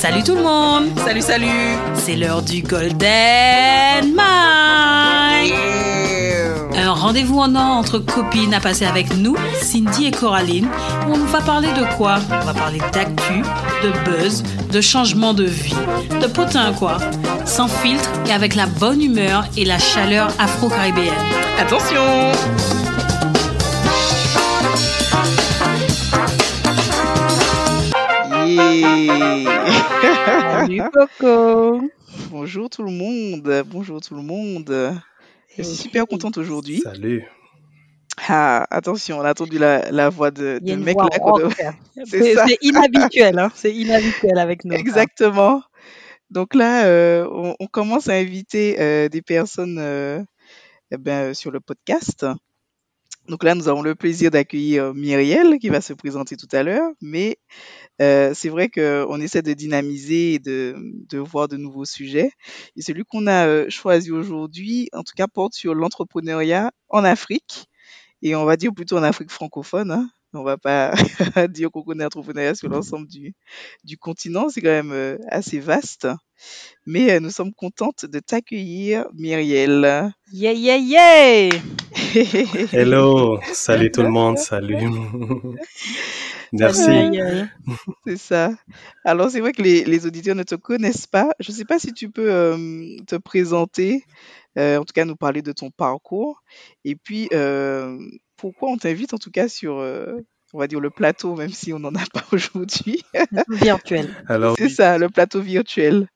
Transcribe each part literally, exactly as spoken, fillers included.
Salut tout le monde. Salut, salut. C'est l'heure du Golden Mike. Un rendez-vous en or entre copines à passer avec nous, Cindy et Coraline, où on va parler de quoi? On va parler d'actu, de buzz, de changement de vie, de potin quoi. Sans filtre et avec la bonne humeur et la chaleur afro-caribéenne. Attention. Yeah. Salut Coco. Bonjour tout le monde. Bonjour tout le monde. Je suis super contente aujourd'hui. Salut. Ah, attention, on a entendu la, la voix de, Il y a de une mec voix là. qu'on rock. a- C'est, C'est ça. c'est inhabituel, hein. C'est inhabituel avec nous. Exactement. Donc là, euh, on, on commence à inviter euh, des personnes euh, eh ben, euh, sur le podcast. Donc là, nous avons le plaisir d'accueillir Myriel qui va se présenter tout à l'heure. Mais euh, c'est vrai qu'on essaie de dynamiser et de, de voir de nouveaux sujets. Et celui qu'on a euh, choisi aujourd'hui, en tout cas, porte sur l'entrepreneuriat en Afrique. Et on va dire plutôt en Afrique francophone. Hein. On va pas dire qu'on connaît l'entrepreneuriat sur l'ensemble du, du continent. C'est quand même euh, assez vaste. Mais euh, nous sommes contentes de t'accueillir, Myriel. Yeah, yeah, yeah. Hello. Salut tout le monde. Salut. Merci. Salut, Myriel. C'est ça. Alors, c'est vrai que les, les auditeurs ne te connaissent pas. Je ne sais pas si tu peux euh, te présenter, euh, en tout cas nous parler de ton parcours. Et puis, euh, pourquoi on t'invite en tout cas sur, euh, on va dire, le plateau, même si on n'en a pas aujourd'hui. Virtuel. Alors, C'est ça, le plateau virtuel.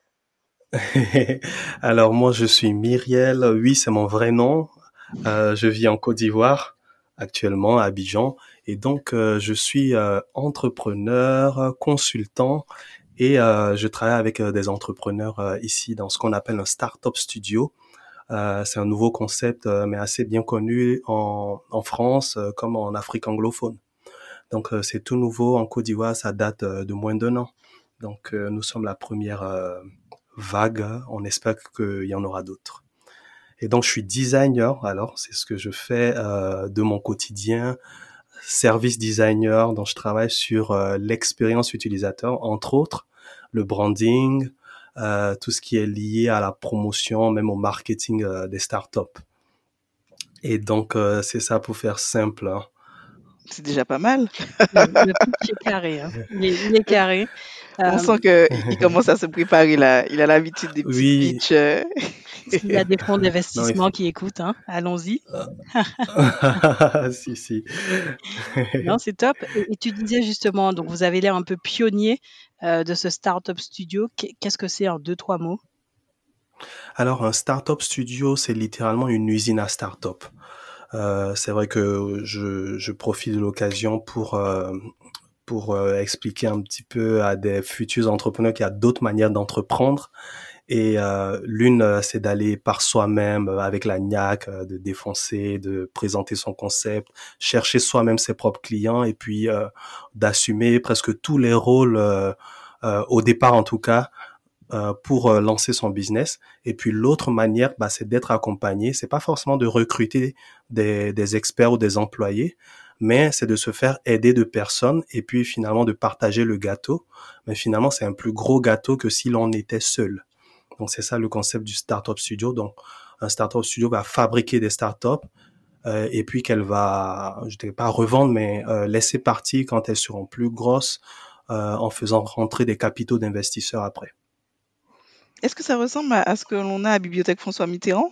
alors moi je suis Myriel. Oui, c'est mon vrai nom. Euh, je vis en Côte d'Ivoire actuellement à Abidjan et donc euh, je suis euh, entrepreneur, consultant et euh, je travaille avec euh, des entrepreneurs euh, ici dans ce qu'on appelle un startup studio. Euh, c'est un nouveau concept euh, mais assez bien connu en, en France euh, comme en Afrique anglophone. Donc euh, c'est tout nouveau en Côte d'Ivoire, ça date euh, de moins d'un an. Donc euh, nous sommes la première euh, vague, on espère qu'il y en aura d'autres. Et donc je suis designer, alors c'est ce que je fais euh, de mon quotidien, service designer, donc je travaille sur euh, l'expérience utilisateur, entre autres le branding, euh, tout ce qui est lié à la promotion, même au marketing euh, des startups. Et donc euh, c'est ça pour faire simple. Hein. C'est déjà pas mal. Le, le pitch est carré. Hein. Il, est, il est carré. On Euh, sent qu'il commence à se préparer là. Il a l'habitude des petits Oui. pitchs. euh. S'il y a des fonds Non, d'investissement il qui écoutent, hein, allons-y. faut... si, si. Non, c'est top. Et, et tu disais justement, donc vous avez l'air un peu pionnier euh, de ce startup studio. Qu'est- Qu'est-ce que c'est en deux, trois mots? Alors, un startup studio, c'est littéralement une usine à startup. Euh, c'est vrai que je, je profite de l'occasion pour euh, pour euh, expliquer un petit peu à des futurs entrepreneurs qu'il y a d'autres manières d'entreprendre. Et euh, l'une, euh, c'est d'aller par soi-même euh, avec la niaque, euh, de défoncer, de présenter son concept, chercher soi-même ses propres clients et puis euh, d'assumer presque tous les rôles, euh, euh, au départ en tout cas, euh, pour euh, lancer son business. Et puis l'autre manière, bah, c'est d'être accompagné. C'est pas forcément de recruter des, des experts ou des employés, mais c'est de se faire aider de personnes et puis finalement de partager le gâteau. Mais finalement, c'est un plus gros gâteau que si l'on était seul. Donc c'est ça le concept du startup studio. Donc un startup studio va fabriquer des startups euh, et puis qu'elle va, je dirais pas revendre, mais euh, laisser partir quand elles seront plus grosses euh, en faisant rentrer des capitaux d'investisseurs après. Est-ce que ça ressemble à, à ce que l'on a à Bibliothèque François Mitterrand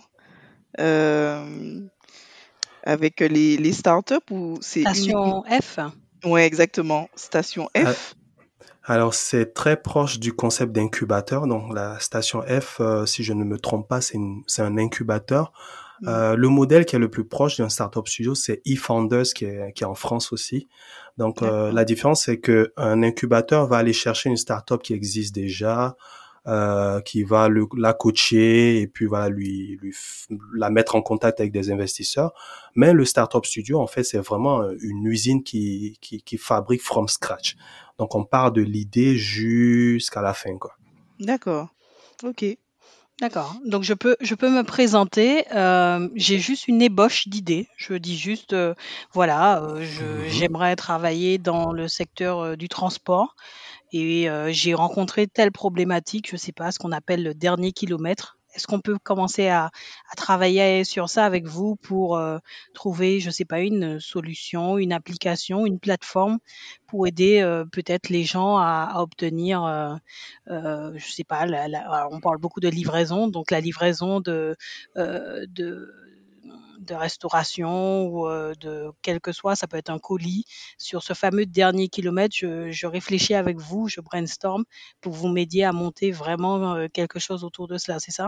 euh, avec les, les startups ou c'est uniquement... Station F. Ouais, exactement. Station Euh, F. Alors c'est très proche du concept d'incubateur. Donc la station F, euh, si je ne me trompe pas, c'est, une, c'est un incubateur. Mm. Euh, le modèle qui est le plus proche d'un startup studio, c'est eFounders qui est, qui est en France aussi. Donc euh, D'accord. la différence, c'est que un incubateur va aller chercher une startup qui existe déjà, euh, qui va le, la coacher et puis voilà lui, lui f- la mettre en contact avec des investisseurs. Mais le startup studio, en fait, c'est vraiment une usine qui, qui, qui fabrique from scratch. Donc on part de l'idée jusqu'à la fin, quoi. D'accord. Ok. D'accord. Donc je peux je peux me présenter. Euh, j'ai juste une ébauche d'idées. Je dis juste, euh, voilà, euh, je, Mhm. j'aimerais travailler dans le secteur euh, du transport et euh, j'ai rencontré telle problématique, je sais pas, ce qu'on appelle le dernier kilomètre. Est-ce qu'on peut commencer à, à travailler sur ça avec vous pour euh, trouver, je sais pas, une solution, une application, une plateforme pour aider euh, peut-être les gens à, à obtenir, euh, euh, je sais pas, la- la- alors, on parle beaucoup de livraison, donc la livraison de, euh, de de restauration ou euh, de quel que soit, ça peut être un colis. Sur ce fameux dernier kilomètre, je, je réfléchis avec vous, je brainstorm pour vous m'aider à monter vraiment euh, quelque chose autour de cela, c'est ça?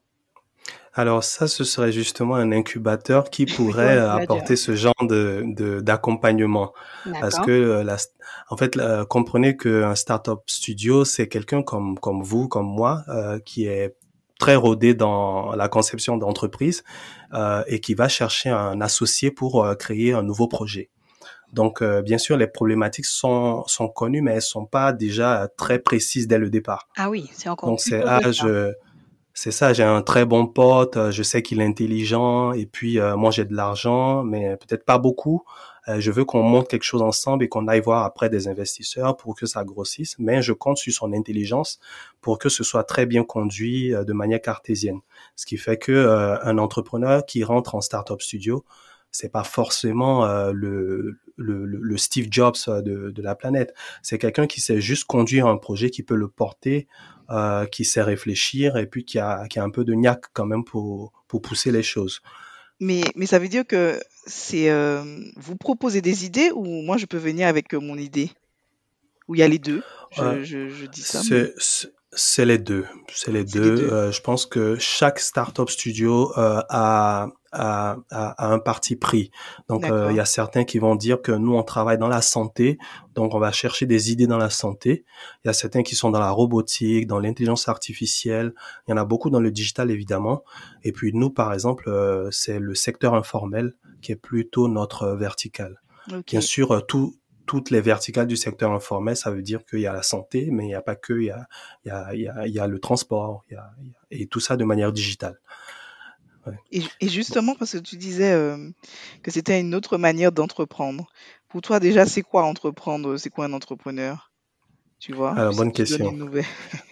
Alors ça, ce serait justement un incubateur qui Ou pourrait un euh, incubateur. apporter ce genre de, de- d'accompagnement. Parce D'accord. que, euh, la, en fait, euh, comprenez qu'un startup studio, c'est quelqu'un comme, comme vous, comme moi, euh, qui est très rodé dans la conception d'entreprise euh, et qui va chercher un associé pour euh, créer un nouveau projet. Donc, euh, bien sûr, les problématiques sont, sont connues, mais elles sont pas déjà très précises dès le départ. Ah oui, c'est encore Donc, plus c'est, tôt ah, que ça. je, c'est ça, j'ai un très bon pote, euh, je sais qu'il est intelligent et puis euh, moi j'ai de l'argent, mais peut-être pas beaucoup. Euh, je veux qu'on monte quelque chose ensemble et qu'on aille voir après des investisseurs pour que ça grossisse, mais je compte sur son intelligence pour que ce soit très bien conduit euh, de manière cartésienne. Ce qui fait que euh, un entrepreneur qui rentre en startup studio, c'est pas forcément euh, le, le, le Steve Jobs de, de la planète. C'est quelqu'un qui sait juste conduire un projet, qui peut le porter, euh, qui sait réfléchir et puis qui a, qui a un peu de niaque quand même pour, pour pousser les choses. Mais, mais ça veut dire que c'est euh, vous proposez des idées ou moi je peux venir avec euh, mon idée? Ou il y a les deux? Euh, Je, je, je dis ça, mais c'est, c'est les deux. C'est les c'est les deux. deux. Euh, je pense que chaque startup studio euh, a, a, a, a un parti pris. Donc, euh, il D'accord. y a certains qui vont dire que nous, on travaille dans la santé, donc on va chercher des idées dans la santé. Il y a certains qui sont dans la robotique, dans l'intelligence artificielle. Il y en a beaucoup dans le digital, évidemment. Et puis nous, par exemple, euh, c'est le secteur informel qui est plutôt notre verticale. Ok. Bien sûr, euh, tout, toutes les verticales du secteur informel, ça veut dire qu'il y a la santé, mais il n'y a pas que, il y a, il y a, il y a, il y a le transport, il y a, il y a- et tout ça de manière digitale. Ouais. Et, ju- et Bon. justement, parce que tu disais euh, que c'était une autre manière d'entreprendre. Pour toi, déjà, c'est quoi entreprendre? C'est quoi un entrepreneur? Tu vois? Alors, Si bonne tu donnes question. une nouvelle.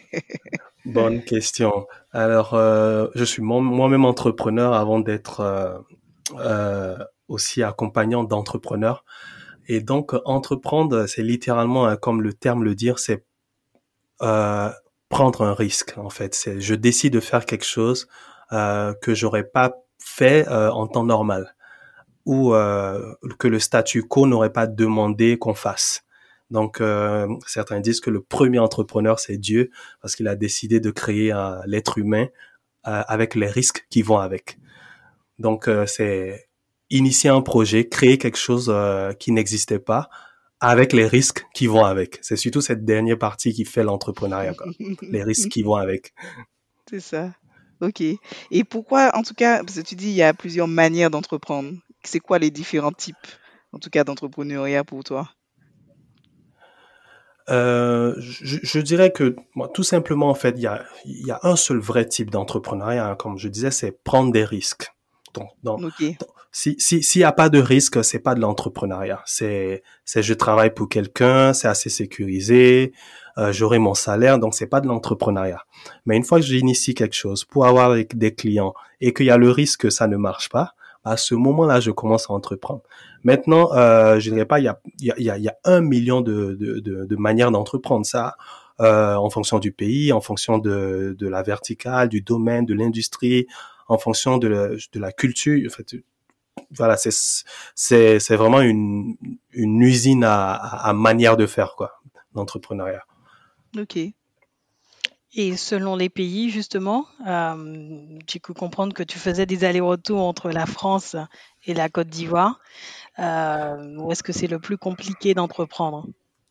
Bonne question. Alors, euh, je suis moi- moi-même entrepreneur avant d'être euh, euh, aussi accompagnant d'entrepreneurs. Et donc, entreprendre, c'est littéralement, hein, comme le terme le dit, c'est euh, prendre un risque, en fait. C'est, je décide de faire quelque chose euh, que j'aurais pas fait euh, en temps normal ou euh, que le statu quo n'aurait pas demandé qu'on fasse. Donc, euh, certains disent que le premier entrepreneur, c'est Dieu, parce qu'il a décidé de créer euh, l'être humain euh, avec les risques qui vont avec. Donc, euh, c'est initier un projet, créer quelque chose euh, qui n'existait pas, avec les risques qui vont avec. C'est surtout cette dernière partie qui fait l'entrepreneuriat, quoi. Les risques qui vont avec. C'est ça. Ok. Et pourquoi, en tout cas, parce que tu dis il y a plusieurs manières d'entreprendre. C'est quoi les différents types, en tout cas, d'entrepreneuriat pour toi? Euh, je, je dirais que moi, tout simplement, en fait, il y a, il y a un seul vrai type d'entrepreneuriat, hein, comme je disais, c'est prendre des risques. Donc, donc, Ok. donc, si, si, s'il n'y a pas de risque, c'est pas de l'entrepreneuriat. C'est, c'est je travaille pour quelqu'un, c'est assez sécurisé, euh, j'aurai mon salaire, donc c'est pas de l'entrepreneuriat. Mais une fois que j'initie quelque chose pour avoir des, des clients et qu'il y a le risque que ça ne marche pas, à ce moment-là, je commence à entreprendre. Maintenant, euh, je dirais pas, il y a, il y a, il y a, il y a un million de, de, de, de manières d'entreprendre ça, euh, en fonction du pays, en fonction de, de la verticale, du domaine, de l'industrie, en fonction de, la- de la culture. En fait, voilà, c'est c'est c'est vraiment une une usine à, à, à manière de faire quoi, l'entrepreneuriat. Ok. Et selon les pays, justement, euh, j'ai pu comprendre que tu faisais des allers-retours entre la France et la Côte d'Ivoire. Euh, où est-ce que c'est le plus compliqué d'entreprendre?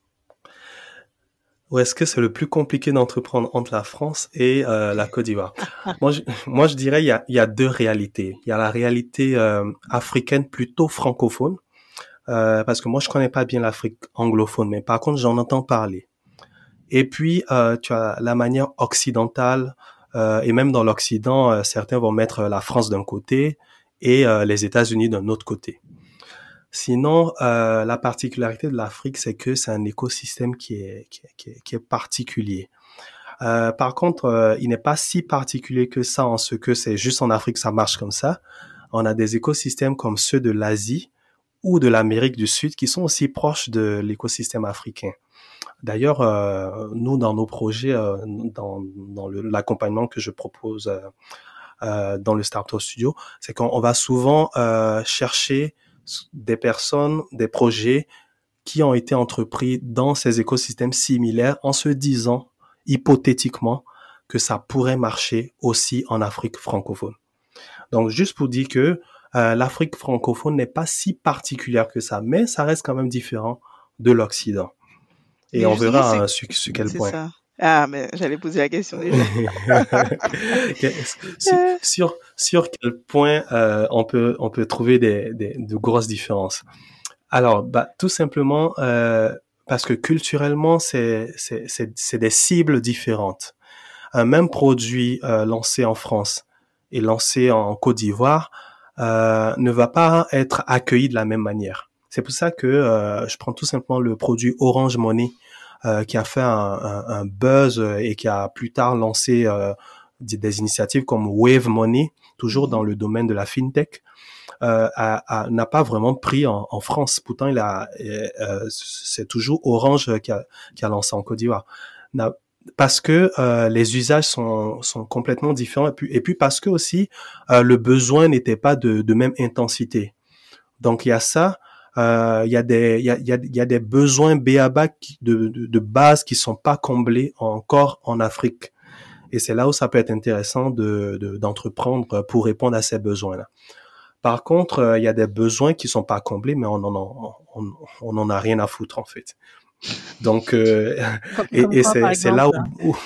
Ou est-ce que c'est le plus compliqué d'entreprendre entre la France et euh, la Côte d'Ivoire? Moi, je, moi, je dirais il y a, il y a deux réalités. Il y a la réalité euh, africaine plutôt francophone, euh, parce que moi, je connais pas bien l'Afrique anglophone, mais par contre, j'en entends parler. Et puis, euh, tu as la manière occidentale Euh, et même dans l'Occident, euh, certains vont mettre la France d'un côté et euh, les États-Unis d'un autre côté. Sinon, euh, la particularité de l'Afrique, c'est que c'est un écosystème qui est, qui est, qui est, qui est particulier. Euh, par contre, euh, il n'est pas si particulier que ça en ce que c'est juste en Afrique ça marche comme ça. On a des écosystèmes comme ceux de l'Asie ou de l'Amérique du Sud qui sont aussi proches de l'écosystème africain. D'ailleurs, euh, nous, dans nos projets, euh, dans, dans le, l'accompagnement que je propose euh, euh, dans le Startup Studio, c'est qu'on on va souvent euh, chercher des personnes, des projets qui ont été entrepris dans ces écosystèmes similaires en se disant, hypothétiquement, que ça pourrait marcher aussi en Afrique francophone. Donc, juste pour dire que euh, l'Afrique francophone n'est pas si particulière que ça, mais ça reste quand même différent de l'Occident. Et Mais on justement, verra c'est hein, sur, sur quel c'est point. ça. Ah, mais j'allais poser la question déjà. sur, sur, sur quel point euh, on peut on peut trouver des, des de grosses différences. Alors, bah tout simplement euh, parce que culturellement c'est c'est c'est c'est des cibles différentes. Un même produit euh, lancé en France et lancé en Côte d'Ivoire euh, ne va pas être accueilli de la même manière. C'est pour ça que euh, je prends tout simplement le produit Orange Money euh, qui a fait un, un, un buzz et qui a plus tard lancé euh, des, des initiatives comme Wave Money, toujours Mhm. dans le domaine de la fintech. Euh, a, a, n'a pas vraiment pris en, en France. Pourtant, il a, euh, c'est toujours Orange qui a, qui a lancé en Côte d'Ivoire. N'a, parce que euh, les usages sont, sont complètement différents et puis, et puis parce que aussi euh, le besoin n'était pas de, de même intensité. Donc il y a ça, euh, il y a des il y a, il y a, il y a des besoins B A B A de, de, de base qui sont pas comblés encore en Afrique. Et c'est là où ça peut être intéressant de, de d'entreprendre pour répondre à ces besoins-là. Par contre, euh, il y a des besoins qui sont pas comblés, mais on en a, on, on en a rien à foutre en fait. Donc, euh, Comme, et, comme et quoi, par c'est, c'est là exemple? où, où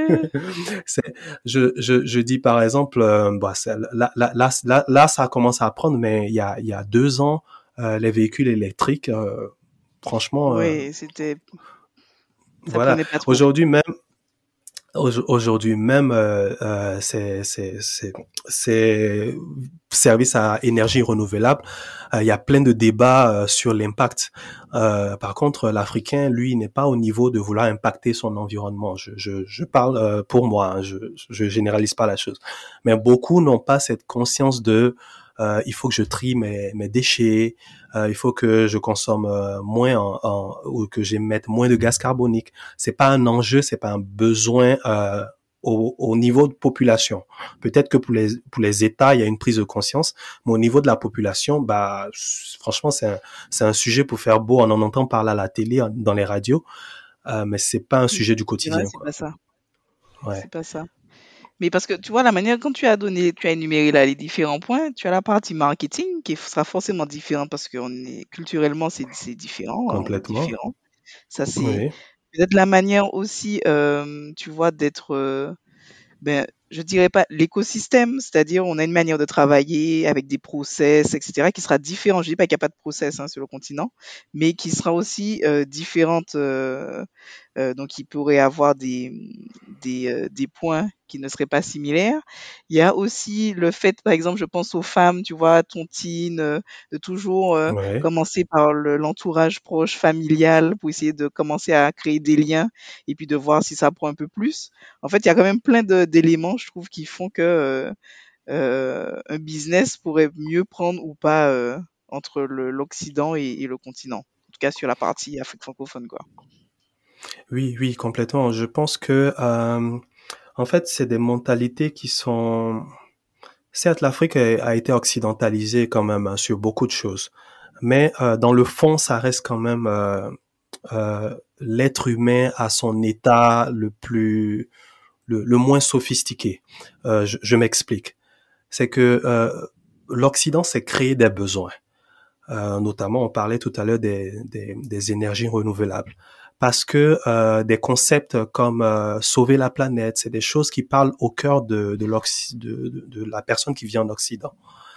c'est, je, je, je dis par exemple, euh, bah, c'est, là, là, là, là, là, ça commence à prendre, mais il y a, il y a deux ans, euh, les véhicules électriques, euh, franchement, euh, Oui, c'était, ça voilà. prenait pas trop. Aujourd'hui même, Aujourd'hui même, euh, euh, c'est c'est c'est c'est service à énergie renouvelable. Euh, il y a plein de débats euh, sur l'impact. Euh, par contre, l'Africain, lui, n'est pas au niveau de vouloir impacter son environnement. Je je, je parle euh, pour moi. Hein, je je généralise pas la chose, mais beaucoup n'ont pas cette conscience de euh, il faut que je trie mes mes déchets. Euh, il faut que je consomme euh, moins en, en, ou que j'émette moins de gaz carbonique. C'est pas un enjeu, c'est pas un besoin euh, au, au niveau de population. Peut-être que pour les pour les États, il y a une prise de conscience, mais au niveau de la population, bah franchement, c'est un c'est un sujet pour faire beau. On en entend parler à la télé, dans les radios, euh, mais c'est pas un sujet du C'est vrai, quotidien, c'est quoi. pas ça. Ouais. C'est pas ça. Mais parce que tu vois, la manière quand tu as donné, tu as énuméré là les différents points, tu as la partie marketing qui sera forcément différente parce qu'on est culturellement c'est c'est différent, hein, on est Complètement. différent. Ça c'est Oui. peut-être la manière aussi, euh, tu vois, d'être, euh, ben, je dirais pas l'écosystème, c'est-à-dire on a une manière de travailler avec des process, et cetera, qui sera différent. Je dis pas qu'il n'y a pas de process hein, sur le continent, mais qui sera aussi euh, différente. euh, euh, donc, il pourrait avoir des, des, euh, des points qui ne seraient pas similaires. Il y a aussi le fait, par exemple, je pense aux femmes, tu vois, tontines, euh, de toujours euh, Ouais. commencer par le- l'entourage proche, familial, pour essayer de commencer à créer des liens et puis de voir si ça prend un peu plus. En fait, il y a quand même plein de- d'éléments, je trouve, qui font que euh, euh, un business pourrait mieux prendre ou pas euh, entre le- l'Occident et, et le continent. En tout cas, sur la partie Afrique francophone, quoi. Oui, oui, complètement. Je pense que euh, en fait, c'est des mentalités qui sont certes, l'Afrique a, a été occidentalisée quand même hein, sur beaucoup de choses, mais euh, dans le fond, ça reste quand même euh, euh, l'être humain à son état le plus, le, le moins sophistiqué. Euh, je je m'explique. C'est que euh, l'Occident s'est créé des besoins. Euh, notamment, on parlait tout à l'heure des, des, des énergies renouvelables. Parce que euh, des concepts comme euh, sauver la planète, c'est des choses qui parlent au cœur de, de, l'Occ- de, de, de la personne qui vient en Occident.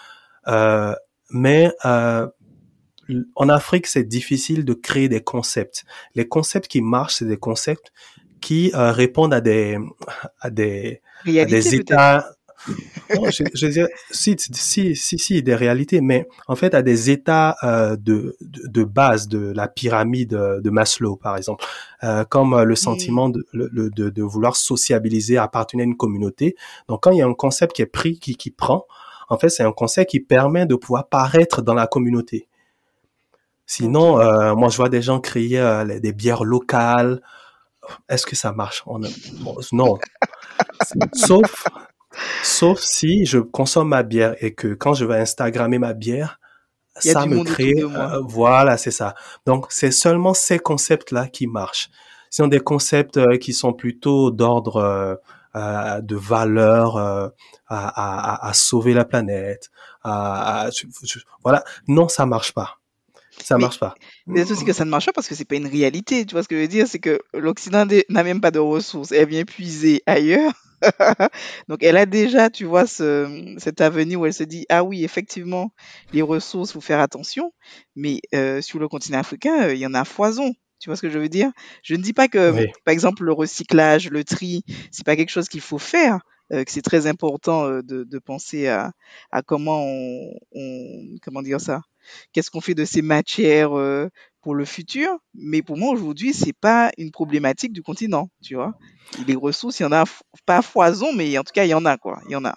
Euh, mais euh, en Afrique, c'est difficile de créer des concepts. Les concepts qui marchent, c'est des concepts qui euh, répondent à des à des Réalité, à des peut-être. états. Non, je, je veux dire, si, si, si, si, des réalités, mais en fait, à des états euh, de, de, de base de la pyramide de Maslow, par exemple, euh, comme le sentiment de, de, de, de vouloir sociabiliser, appartenir à une communauté. Donc, quand il y a un concept qui est pris, qui, qui prend, en fait, c'est un concept qui permet de pouvoir paraître dans la communauté. Sinon, okay. euh, moi, je vois des gens créer euh, des bières locales. Est-ce que ça marche? On a... bon, non. Sauf... Sauf si je consomme ma bière et que quand je vais Instagrammer ma bière, ça me crée, euh, voilà, c'est ça. Donc, c'est seulement ces concepts-là qui marchent. Sinon, des concepts euh, qui sont plutôt d'ordre euh, euh, de valeur, euh, à, à, à sauver la planète, à, à je, je, voilà, non, ça marche pas. Ça mais, marche pas. Mais c'est aussi que ça ne marche pas parce que c'est pas une réalité. Tu vois ce que je veux dire? C'est que l'Occident n'a même pas de ressources. Elle vient puiser ailleurs. Donc, elle a déjà, tu vois, ce, cet avenir où elle se dit, ah oui, effectivement, les ressources, faut faire attention. Mais euh, sur le continent africain, il y en a foison. Tu vois ce que je veux dire? Je ne dis pas que, oui. par exemple, le recyclage, le tri, c'est pas quelque chose qu'il faut faire. Euh, que c'est très important euh, de, de penser à, à comment on, on, comment dire ça? Qu'est-ce qu'on fait de ces matières euh, pour le futur? Mais pour moi, aujourd'hui, c'est pas une problématique du continent, tu vois. Les ressources, il y en a pas à foison, mais en tout cas, il y en a, quoi. Il y en a.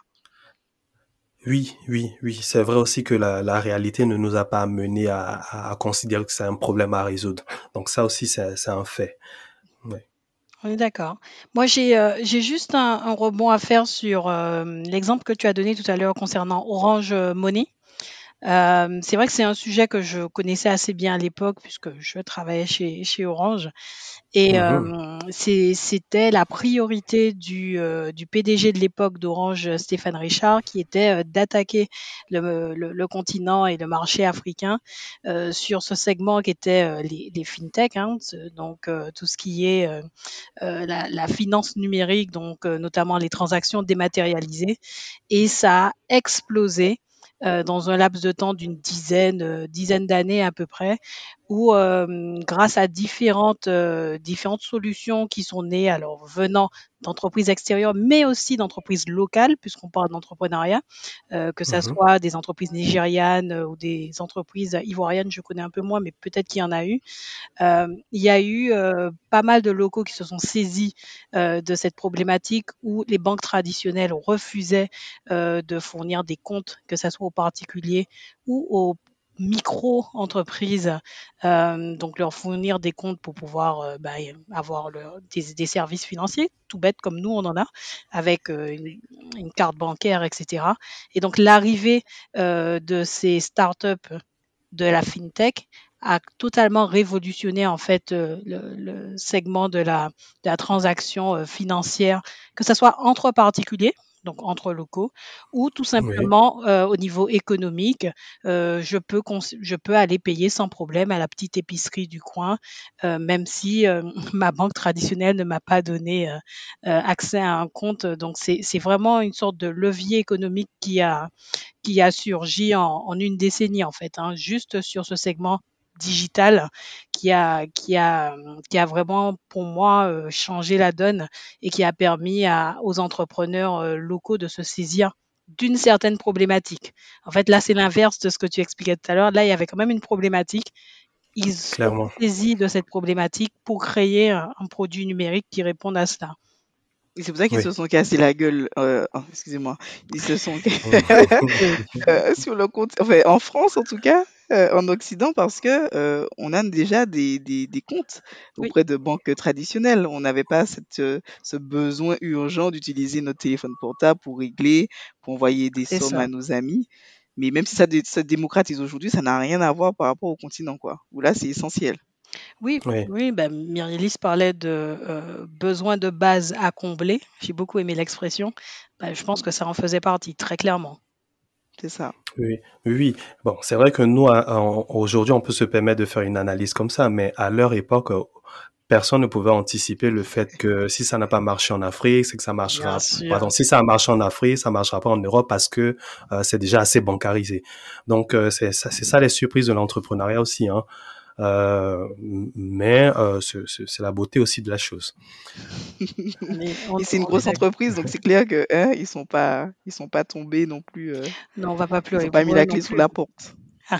Oui, oui, oui. C'est vrai aussi que la, la réalité ne nous a pas amené à, à, à considérer que c'est un problème à résoudre. Donc ça aussi, c'est, c'est un fait. Oui. On est d'accord. Moi, j'ai euh, j'ai juste un, un rebond à faire sur euh, l'exemple que tu as donné tout à l'heure concernant Orange Money. Euh, c'est vrai que c'est un sujet que je connaissais assez bien à l'époque puisque je travaillais chez, chez Orange. Et mmh. euh, c'est, c'était la priorité du, euh, du P D G de l'époque d'Orange, Stéphane Richard, qui était euh, d'attaquer le, le, le continent et le marché africain euh, sur ce segment qui était euh, les, les fintech, hein, donc euh, tout ce qui est euh, euh, la, la finance numérique, donc euh, notamment les transactions dématérialisées. Et ça a explosé. Euh, dans un laps de temps d'une dizaine, euh, dizaine d'années à peu près, où euh, grâce à différentes, euh, différentes solutions qui sont nées, alors venant d'entreprises extérieures, mais aussi d'entreprises locales, puisqu'on parle d'entrepreneuriat, euh, que ce mmh. soit des entreprises nigérianes euh, ou des entreprises ivoiriennes, je connais un peu moins, mais peut-être qu'il y en a eu. Euh, il y a eu euh, pas mal de locaux qui se sont saisis euh, de cette problématique où les banques traditionnelles refusaient euh, de fournir des comptes, que ce soit aux particuliers ou aux micro-entreprises, euh, donc leur fournir des comptes pour pouvoir euh, bah, avoir le, des, des services financiers, tout bête comme nous on en a, avec euh, une, une carte bancaire, et cetera. Et donc l'arrivée euh, de ces startups de la fintech a totalement révolutionné en fait euh, le, le segment de la, de la transaction euh, financière, que ce soit entre particuliers, donc entre locaux, ou tout simplement oui. euh, au niveau économique, euh, je peux cons- je peux aller payer sans problème à la petite épicerie du coin, euh, même si euh, ma banque traditionnelle ne m'a pas donné euh, euh, accès à un compte. Donc c'est, c'est vraiment une sorte de levier économique qui a qui a surgi en, en une décennie en fait, hein, juste sur ce segment digital qui a qui a qui a vraiment pour moi euh, changé la donne et qui a permis à, aux entrepreneurs euh, locaux de se saisir d'une certaine problématique. En fait, là, c'est l'inverse de ce que tu expliquais tout à l'heure. Là, il y avait quand même une problématique. Ils Clairement. sont saisis de cette problématique pour créer un, un produit numérique qui réponde à cela. Et c'est pour ça qu'ils oui. se sont cassés la gueule. Euh, oh, excusez-moi. Ils se sont euh, sur le compte, enfin, en France en tout cas, euh, en Occident, parce que euh, on a déjà des, des, des comptes auprès oui. de banques traditionnelles. On n'avait pas cette, euh, ce besoin urgent d'utiliser notre téléphone portable pour régler, pour envoyer des c'est sommes ça. à nos amis. Mais même si ça se démocratise aujourd'hui, ça n'a rien à voir par rapport au continent, quoi. Où là, c'est essentiel. Oui, oui, oui ben, Myriélis parlait de euh, besoins de base à combler. J'ai beaucoup aimé l'expression. Ben, je pense que ça en faisait partie, très clairement. C'est ça. Oui, oui. Bon, c'est vrai que nous, aujourd'hui, on peut se permettre de faire une analyse comme ça, mais à leur époque, personne ne pouvait anticiper le fait que si ça n'a pas marché en Afrique, c'est que ça marchera. Pardon, si ça a marché en Afrique, ça marchera pas en Europe parce que euh, c'est déjà assez bancarisé. Donc, euh, c'est ça, c'est ça les surprises de l'entrepreneuriat aussi, hein. Euh, mais euh, c'est, c'est la beauté aussi de la chose. Et c'est une grosse entreprise, donc c'est clair que hein, ils sont pas, ils sont pas tombés non plus. Euh, non, on va pas ils pleurer n'ont pas pour mis eux la non clé sous plus. la porte. Ah,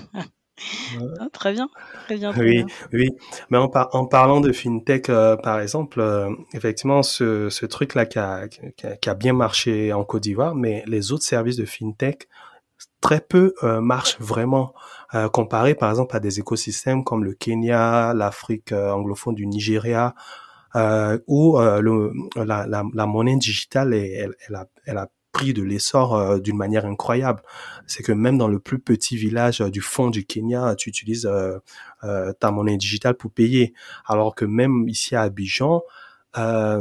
très bien, très bien, très Oui, bien. oui. Mais en, par- en parlant de fintech, euh, par exemple, euh, effectivement, ce, ce truc-là qui a, qui, a, qui a bien marché en Côte d'Ivoire, mais les autres services de fintech, très peu euh, marchent vraiment, euh, comparé par exemple à des écosystèmes comme le Kenya, l'Afrique euh, anglophone du Nigeria, euh, où euh, le, la, la, la monnaie digitale, est, elle, elle, a, elle a pris de l'essor euh, d'une manière incroyable. C'est que même dans le plus petit village euh, du fond du Kenya, tu utilises euh, euh, ta monnaie digitale pour payer. Alors que même ici à Abidjan, euh,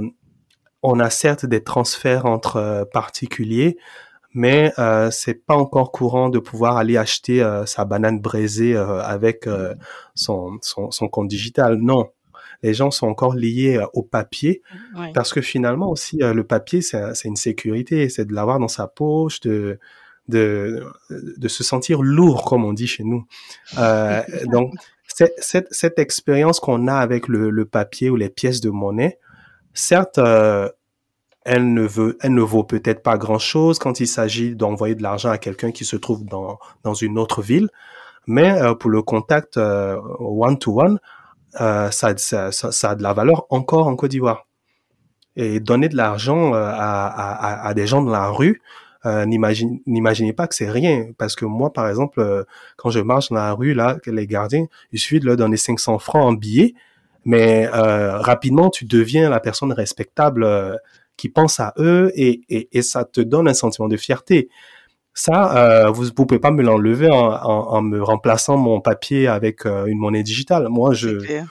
on a certes des transferts entre euh, particuliers, mais euh, c'est pas encore courant de pouvoir aller acheter euh, sa banane braisée euh, avec euh, son, son, son compte digital. Non, les gens sont encore liés euh, au papier, Ouais. parce que finalement aussi euh, le papier c'est, c'est une sécurité, c'est de l'avoir dans sa poche, de de de se sentir lourd comme on dit chez nous. Euh, donc c'est, cette cette expérience qu'on a avec le, le papier ou les pièces de monnaie, certes euh, elle ne veut, elle ne vaut peut-être pas grand-chose quand il s'agit d'envoyer de l'argent à quelqu'un qui se trouve dans dans une autre ville, mais euh, pour le contact euh, one to one, euh, ça, ça, ça, ça a de la valeur encore en Côte d'Ivoire. Et donner de l'argent euh, à, à, à des gens dans la rue, euh, n'imagine, n'imaginez pas que c'est rien. Parce que moi, par exemple, euh, quand je marche dans la rue, là, les gardiens, il suffit de leur donner cinq cents francs en billets, mais euh, rapidement, tu deviens la personne respectable euh, qui pense à eux, et, et, et ça te donne un sentiment de fierté. Ça, euh, vous ne pouvez pas me l'enlever en, en, en me remplaçant mon papier avec euh, une monnaie digitale. Moi, C'est je, clair.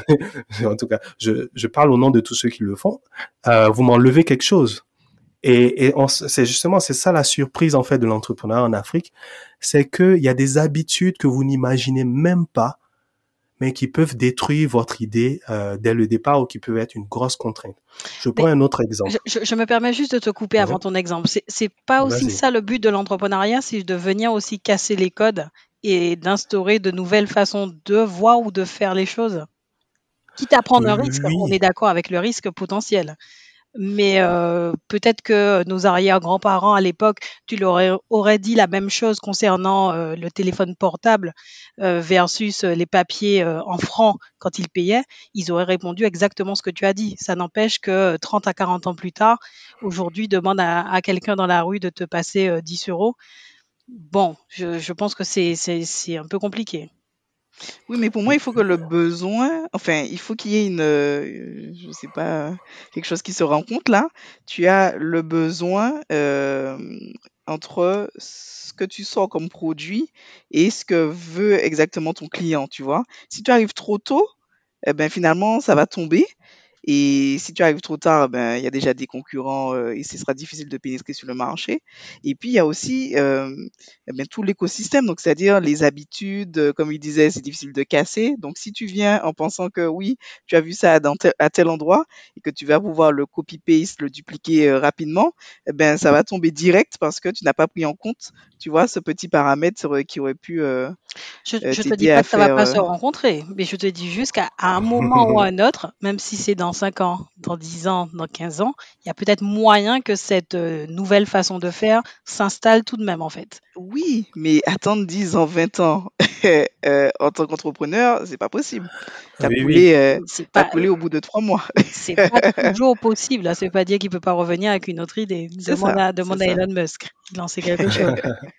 je, en tout cas, je, je parle au nom de tous ceux qui le font. Euh, vous m'enlevez quelque chose. Et, et on, c'est justement, c'est ça la surprise en fait de l'entrepreneuriat en Afrique, c'est qu'il y a des habitudes que vous n'imaginez même pas, mais qui peuvent détruire votre idée euh, dès le départ, ou qui peuvent être une grosse contrainte. Je prends Mais un autre je, exemple. je- je me permets juste de te couper Ouais. avant ton exemple. C'est, c'est pas aussi Vas-y. ça le but de l'entrepreneuriat, c'est de venir aussi casser les codes et d'instaurer de nouvelles façons de voir ou de faire les choses. Quitte à prendre un risque, on Oui. est d'accord avec le risque potentiel. Mais euh, peut-être que nos arrière-grands-parents à l'époque, tu leur aurais, aurais dit la même chose concernant euh, le téléphone portable euh, versus euh, les papiers euh, en francs quand ils payaient. Ils auraient répondu exactement ce que tu as dit. Ça n'empêche que trente à quarante ans plus tard, aujourd'hui, demande à, à quelqu'un dans la rue de te passer euh, dix euros. Bon, je, je pense que c'est, c'est, c'est un peu compliqué. Oui, mais pour moi, il faut que le besoin, enfin, il faut qu'il y ait une, euh, je sais pas, quelque chose qui se rencontre là. Tu as le besoin euh, entre ce que tu sors comme produit et ce que veut exactement ton client, tu vois. Si tu arrives trop tôt, eh ben finalement, ça va tomber. Et si tu arrives trop tard, ben, il y a déjà des concurrents euh, et ce sera difficile de pénétrer sur le marché. Et puis, il y a aussi euh, eh ben, tout l'écosystème, donc c'est-à-dire les habitudes, euh, comme il disait, c'est difficile de casser. Donc, si tu viens en pensant que oui, tu as vu ça dans tel- à tel endroit et que tu vas pouvoir le copy-paste, le dupliquer euh, rapidement, eh ben, ça va tomber direct parce que tu n'as pas pris en compte, tu vois, ce petit paramètre sur- qui aurait pu euh, Je euh, je te dis t'aider pas à que ça va faire. pas euh, se rencontrer, mais je te dis juste qu'à à un moment ou à un autre, même si c'est dans cinq ans, dans dix ans, dans quinze ans, il y a peut-être moyen que cette euh, nouvelle façon de faire s'installe tout de même, en fait. Oui, mais attendre dix ans, vingt ans euh, en tant qu'entrepreneur, c'est pas possible. T'as Oui, oui. coulé, euh, C'est t'as pas, coulé au bout de trois mois. c'est pas toujours possible. Là, ça veut pas dire qu'il peut pas revenir avec une autre idée. C'est Demande ça, à, c'est demande à ça. Elon Musk. Il en sait quelque chose.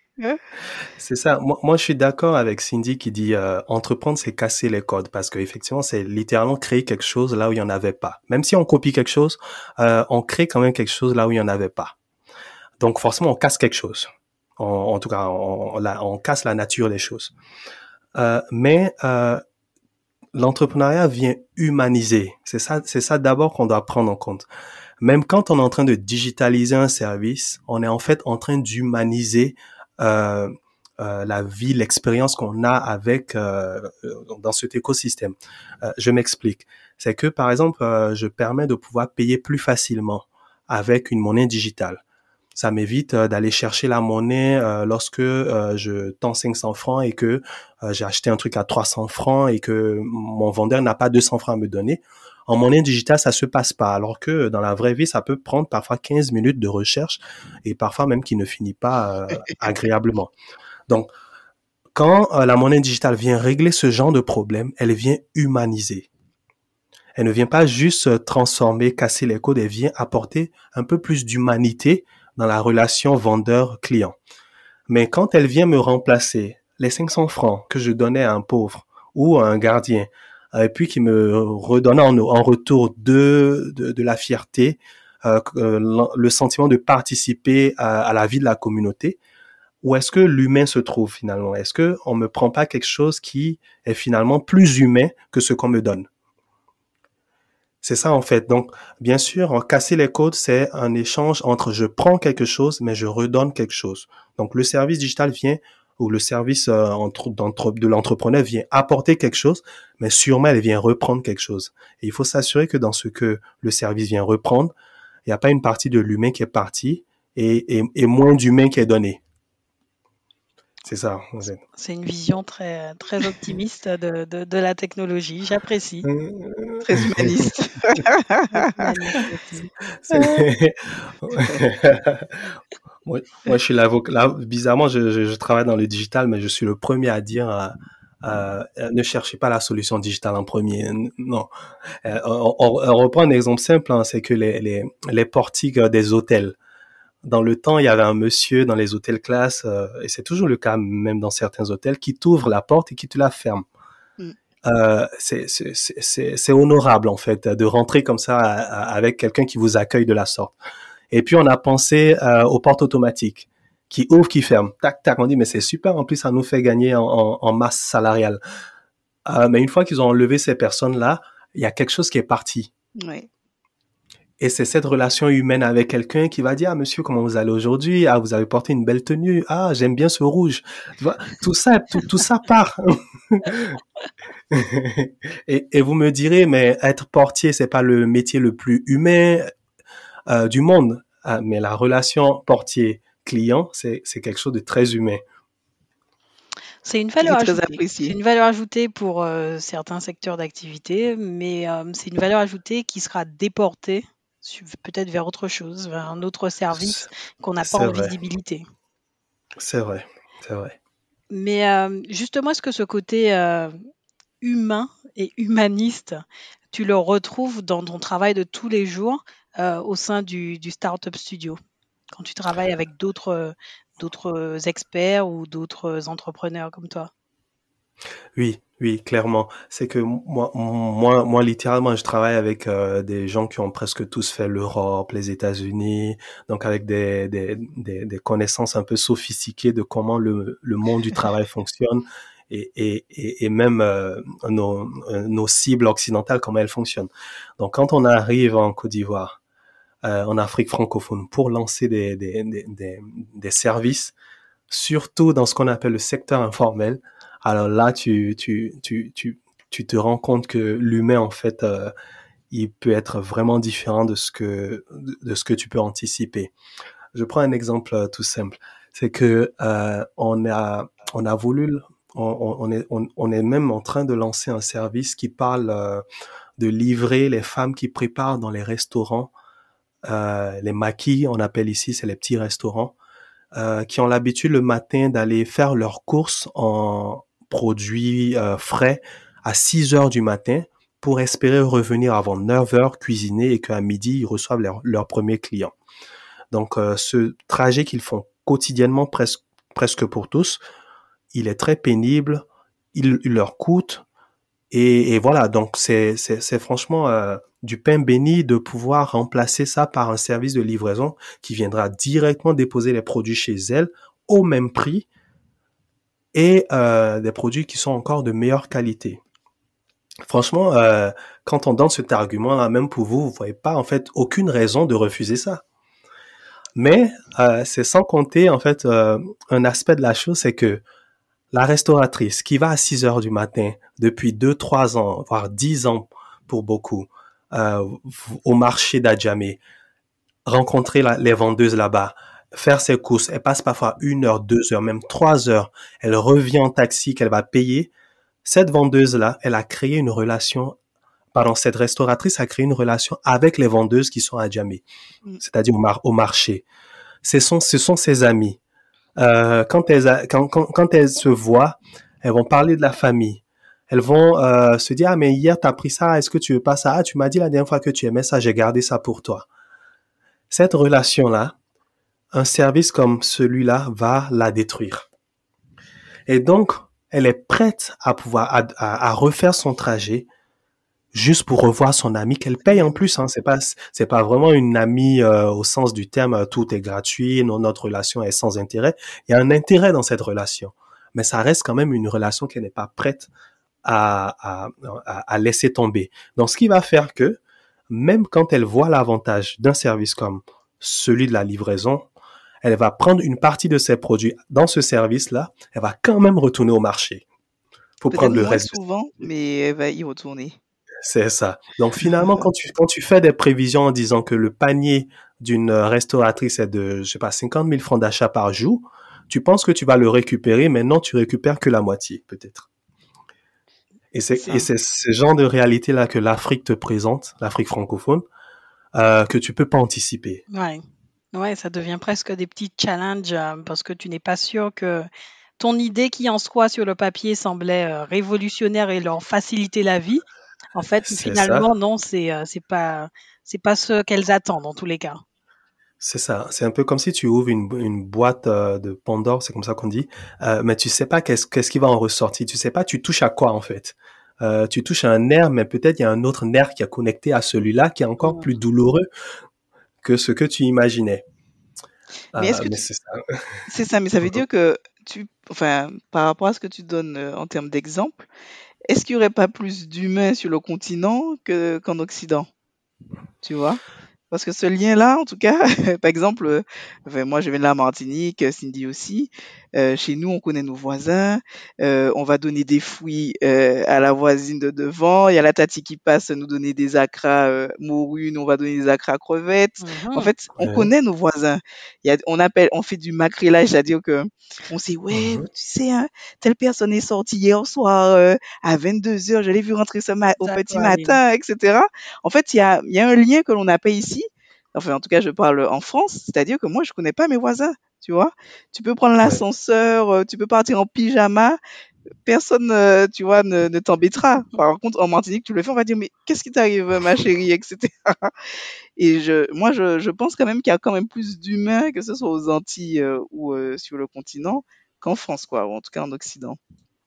C'est ça. Moi, moi, je suis d'accord avec Cindy qui dit euh, entreprendre, c'est casser les codes, parce que effectivement, c'est littéralement créer quelque chose là où il y en avait pas. Même si on copie quelque chose, euh, on crée quand même quelque chose là où il y en avait pas. Donc forcément, on casse quelque chose. En, en tout cas, on, on, la- on casse la nature des choses. Euh, mais euh, l'entrepreneuriat vient humaniser. C'est ça, c'est ça d'abord qu'on doit prendre en compte. Même quand on est en train de digitaliser un service, on est en fait en train d'humaniser euh, euh, la vie, l'expérience qu'on a avec euh, dans cet écosystème. Euh, je m'explique. C'est que par exemple, euh, je permets de pouvoir payer plus facilement avec une monnaie digitale. Ça m'évite euh, d'aller chercher la monnaie euh, lorsque euh, je tends cinq cents francs et que euh, j'ai acheté un truc à trois cents francs et que mon vendeur n'a pas deux cents francs à me donner. En monnaie digitale, ça se passe pas, alors que dans la vraie vie, ça peut prendre parfois quinze minutes de recherche et parfois même qui ne finit pas euh, agréablement. Donc, quand euh, la monnaie digitale vient régler ce genre de problème, elle vient humaniser. Elle ne vient pas juste transformer, casser les codes, elle vient apporter un peu plus d'humanité dans la relation vendeur-client. Mais quand elle vient me remplacer les cinq cents francs que je donnais à un pauvre ou à un gardien, et puis qui me redonnait en, en retour de, de, de la fierté, euh, le sentiment de participer à, à la vie de la communauté, où est-ce que l'humain se trouve finalement? Est-ce que on me prend pas quelque chose qui est finalement plus humain que ce qu'on me donne? C'est ça en fait. Donc, bien sûr, casser les codes, c'est un échange entre je prends quelque chose, mais je redonne quelque chose. Donc, le service digital vient, ou le service euh, entre, de l'entrepreneur vient apporter quelque chose, mais sûrement, elle vient reprendre quelque chose. Et il faut s'assurer que dans ce que le service vient reprendre, il n'y a pas une partie de l'humain qui est partie et, et, et moins d'humain qui est donné. C'est ça. En fait. C'est une vision très, très optimiste de, de, de la technologie. J'apprécie. Très humaniste. moi, moi, je suis l'avocat. Bizarrement, je, je, je travaille dans le digital, mais je suis le premier à dire euh, euh, ne cherchez pas la solution digitale en premier. Non. Euh, on, on, on reprend un exemple simple, hein, c'est que les, les, les portiques des hôtels. Dans le temps, il y avait un monsieur dans les hôtels classe, euh, et c'est toujours le cas même dans certains hôtels, qui t'ouvre la porte et qui te la ferme. Mm. Euh, c'est, c'est, c'est, c'est honorable, en fait, de rentrer comme ça à, à, avec quelqu'un qui vous accueille de la sorte. Et puis, on a pensé euh, aux portes automatiques, qui ouvrent, qui ferment. Tac, tac, on dit, mais c'est super, en plus, ça nous fait gagner en, en, en masse salariale. Euh, mais une fois qu'ils ont enlevé ces personnes-là, il y a quelque chose qui est parti. Oui. Et c'est cette relation humaine avec quelqu'un qui va dire, ah, monsieur, comment vous allez aujourd'hui? Ah, vous avez porté une belle tenue. Ah, j'aime bien ce rouge. Tu vois, tout ça, tout, tout ça part. et, et vous me direz, mais être portier, c'est pas le métier le plus humain euh, du monde. Ah, mais la relation portier-client, c'est, c'est quelque chose de très humain. C'est une valeur ajoutée. C'est une valeur ajoutée pour euh, certains secteurs d'activité, mais euh, c'est une valeur ajoutée qui sera déportée peut-être vers autre chose, vers un autre service qu'on n'a pas en vrai. visibilité. C'est vrai, c'est vrai. Mais euh, justement, est-ce que ce côté euh, humain et humaniste, tu le retrouves dans ton travail de tous les jours euh, au sein du, du Startup Studio, quand tu travailles avec d'autres, d'autres experts ou d'autres entrepreneurs comme toi? Oui, oui, clairement. C'est que moi, moi, moi, littéralement, je travaille avec euh, des gens qui ont presque tous fait l'Europe, les États-Unis, donc avec des, des, des, des connaissances un peu sophistiquées de comment le, le monde du travail fonctionne et, et, et, et même euh, nos, nos cibles occidentales, comment elles fonctionnent. Donc, quand on arrive en Côte d'Ivoire, euh, en Afrique francophone, pour lancer des, des, des, des, des services, surtout dans ce qu'on appelle le secteur informel, alors là, tu, tu, tu, tu, tu te rends compte que l'humain, en fait, euh, il peut être vraiment différent de ce que, de ce que tu peux anticiper. Je prends un exemple euh, tout simple. C'est que, euh, on a, on a voulu, on, on est, on, on est même en train de lancer un service qui parle euh, de livrer les femmes qui préparent dans les restaurants, euh, les maquis, on appelle ici, c'est les petits restaurants, euh, qui ont l'habitude le matin d'aller faire leurs courses en produits euh, frais à six heures du matin pour espérer revenir avant neuf heures, cuisiner et qu'à midi, ils reçoivent leur, leur premier client. Donc, euh, ce trajet qu'ils font quotidiennement, presque, presque pour tous, il est très pénible, il, il leur coûte et, et voilà, donc c'est, c'est, c'est franchement euh, du pain béni de pouvoir remplacer ça par un service de livraison qui viendra directement déposer les produits chez elles au même prix et euh, des produits qui sont encore de meilleure qualité. Franchement, euh, quand on donne cet argument-là, même pour vous, vous voyez pas en fait aucune raison de refuser ça. Mais euh, c'est sans compter en fait euh, un aspect de la chose, c'est que la restauratrice qui va à six heures du matin depuis deux, trois ans, voire dix ans pour beaucoup, euh, au marché d'Adjamé, rencontrer la, les vendeuses là-bas, faire ses courses. Elle passe parfois une heure, deux heures, même trois heures. Elle revient en taxi qu'elle va payer. Cette vendeuse-là, elle a créé une relation, pardon, cette restauratrice a créé une relation avec les vendeuses qui sont à Djamé, Mm. c'est-à-dire au, mar- au marché. Ce sont, ce sont ses amis. Euh, quand elles, a- quand, quand, quand elles se voient, elles vont parler de la famille. Elles vont euh, se dire, ah, mais hier, t'as pris ça, est-ce que tu veux pas ça? Ah, tu m'as dit la dernière fois que tu aimais ça, j'ai gardé ça pour toi. Cette relation-là, un service comme celui-là va la détruire. Et donc, elle est prête à pouvoir, à, à, à refaire son trajet juste pour revoir son ami qu'elle paye en plus, hein. C'est pas, c'est pas vraiment une amie euh, au sens du terme, euh, tout est gratuit, no- notre relation est sans intérêt. Il y a un intérêt dans cette relation, mais ça reste quand même une relation qu'elle n'est pas prête à, à, à, à laisser tomber. Donc, ce qui va faire que même quand elle voit l'avantage d'un service comme celui de la livraison, elle va prendre une partie de ses produits dans ce service-là, elle va quand même retourner au marché pour Peut-être prendre le moins reste. souvent, mais elle va y retourner. C'est ça. Donc finalement, quand tu, quand tu fais des prévisions en disant que le panier d'une restauratrice est de, je sais pas, cinquante mille francs d'achat par jour, tu penses que tu vas le récupérer, mais non, tu récupères que la moitié, peut-être. Et c'est, C'est et ça. c'est ce genre de réalité-là que l'Afrique te présente, l'Afrique francophone, euh, que tu peux pas anticiper. Ouais. Ouais, ça devient presque des petits challenges euh, parce que tu n'es pas sûr que ton idée qui en soi sur le papier semblait euh, révolutionnaire et leur faciliter la vie, en fait, C'est ça. finalement, non, c'est euh, c'est pas c'est pas ce qu'elles attendent dans tous les cas. C'est ça. C'est un peu comme si tu ouvres une, une boîte euh, de Pandore, c'est comme ça qu'on dit, euh, mais tu sais pas qu'est-ce, qu'est-ce qui va en ressortir. Tu sais pas, tu touches à quoi en fait. Euh, tu touches à un nerf, mais peut-être il y a un autre nerf qui est connecté à celui-là qui est encore Mm. plus douloureux que ce que tu imaginais. Mais est-ce Euh, que mais tu... c'est ça. c'est ça, mais ça veut dire que tu, enfin, par rapport à ce que tu donnes euh, en termes d'exemple, est-ce qu'il n'y aurait pas plus d'humains sur le continent que, qu'en Occident? Tu vois? Parce que ce lien-là, en tout cas, par exemple, euh, enfin, moi je viens de la Martinique, euh, Cindy aussi. Euh, chez nous, on connaît nos voisins. Euh, on va donner des fruits euh, à la voisine de devant. Il y a la tati qui passe nous donner des acras euh, morues, nous, on va donner des acras crevettes. En Mhm. fait, on Ouais. connaît nos voisins. Il y a, on appelle, on fait du macrélage, c'est-à-dire que on sait, ouais, Mhm. tu sais, hein, telle personne est sortie hier soir euh, à vingt-deux heures, je l'ai vu rentrer ce ma- au petit D'accord, allez. matin, et cetera. En fait, il y a, il y a un lien que l'on n'a pas ici. Enfin, en tout cas, je parle en France, c'est-à-dire que moi, je connais pas mes voisins, tu vois. Tu peux prendre Ouais. l'ascenseur, euh, tu peux partir en pyjama, personne, euh, tu vois, ne, ne t'embêtera. Par contre, en Martinique, tu le fais, on va dire, mais qu'est-ce qui t'arrive, ma chérie, et cetera. Et je, moi, je, je pense quand même qu'il y a quand même plus d'humains, que ce soit aux Antilles euh, ou euh, sur le continent, qu'en France, quoi, ou en tout cas en Occident.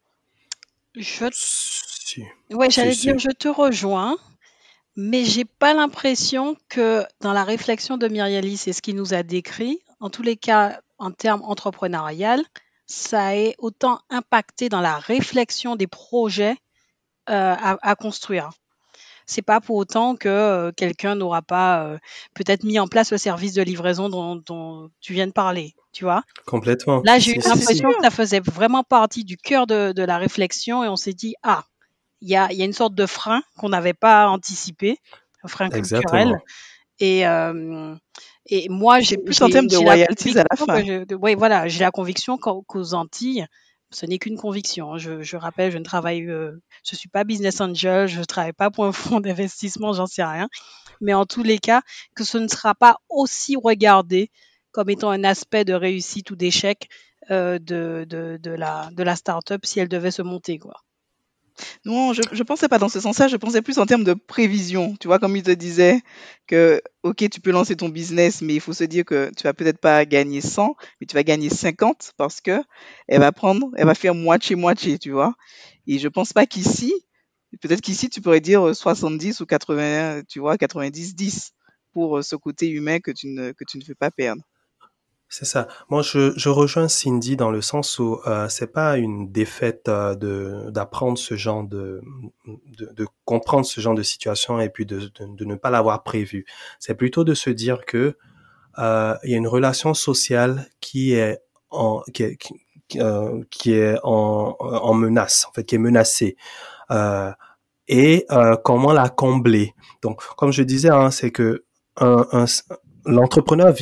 Je, Si. ouais, Si, j'allais si. dire, je te rejoins, mais j'ai pas l'impression que dans la réflexion de Myrialis et ce qu'il nous a décrit, en tous les cas, en termes entrepreneurial, ça ait autant impacté dans la réflexion des projets euh, à, à construire. C'est pas pour autant que euh, quelqu'un n'aura pas euh, peut-être mis en place le service de livraison dont, dont tu viens de parler, tu vois. Complètement. Là, j'ai eu Si, Ça, si, c'est si. l'impression que sûr. ça faisait vraiment partie du cœur de, de la réflexion et on s'est dit, ah, il y a, il y a une sorte de frein qu'on n'avait pas anticipé, un frein culturel. Exactement. Et, euh, et moi, j'ai C'est plus en j'ai- termes de j'ai la royalties à la conviction que fin. je, de- ouais, voilà, j'ai la conviction qu'au- qu'aux Antilles, ce n'est qu'une conviction, hein. Je, je rappelle, je ne travaille, euh, je suis pas business angel, je ne travaille pas pour un fonds d'investissement, j'en sais rien. Mais en tous les cas, que ce ne sera pas aussi regardé comme étant un aspect de réussite ou d'échec euh, de, de, de la, de la start-up si elle devait se monter, quoi. Non, je je pensais pas dans ce sens-là, je pensais plus en termes de prévision. Tu vois, comme il te disait que, OK, tu peux lancer ton business, mais il faut se dire que tu vas peut-être pas gagner cent, mais tu vas gagner cinquante parce que elle va prendre, elle va faire moitié-moitié, tu vois. Et je pense pas qu'ici, peut-être qu'ici, tu pourrais dire euh, soixante-dix ou quatre-vingts, tu vois, quatre-vingt-dix dix pour euh, ce côté humain que tu ne, que tu ne veux pas perdre. C'est ça. Moi, je, je rejoins Cindy dans le sens où euh, c'est pas une défaite euh, de d'apprendre ce genre de, de de comprendre ce genre de situation et puis de de, de ne pas l'avoir prévu. C'est plutôt de se dire que euh, il y a une relation sociale qui est en qui est qui, qui, euh, qui est en en menace, en fait, qui est menacée. Euh, et euh, comment la combler. Donc, comme je disais, hein, c'est que un, un, l'entrepreneur vient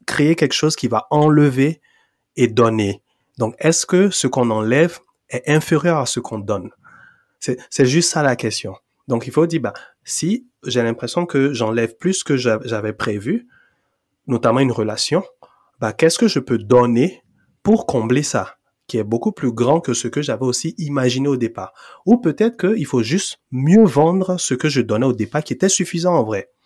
créer quelque chose qui va enlever et donner. Donc, est-ce que ce qu'on enlève est inférieur à ce qu'on donne? C'est, c'est juste ça la question. Donc, il faut dire, bah, si j'ai l'impression que j'enlève plus que j'avais prévu, notamment une relation, bah, qu'est-ce que je peux donner pour combler ça, qui est beaucoup plus grand que ce que j'avais aussi imaginé au départ. Ou peut-être qu'il faut juste mieux vendre ce que je donnais au départ, qui était suffisant en vrai.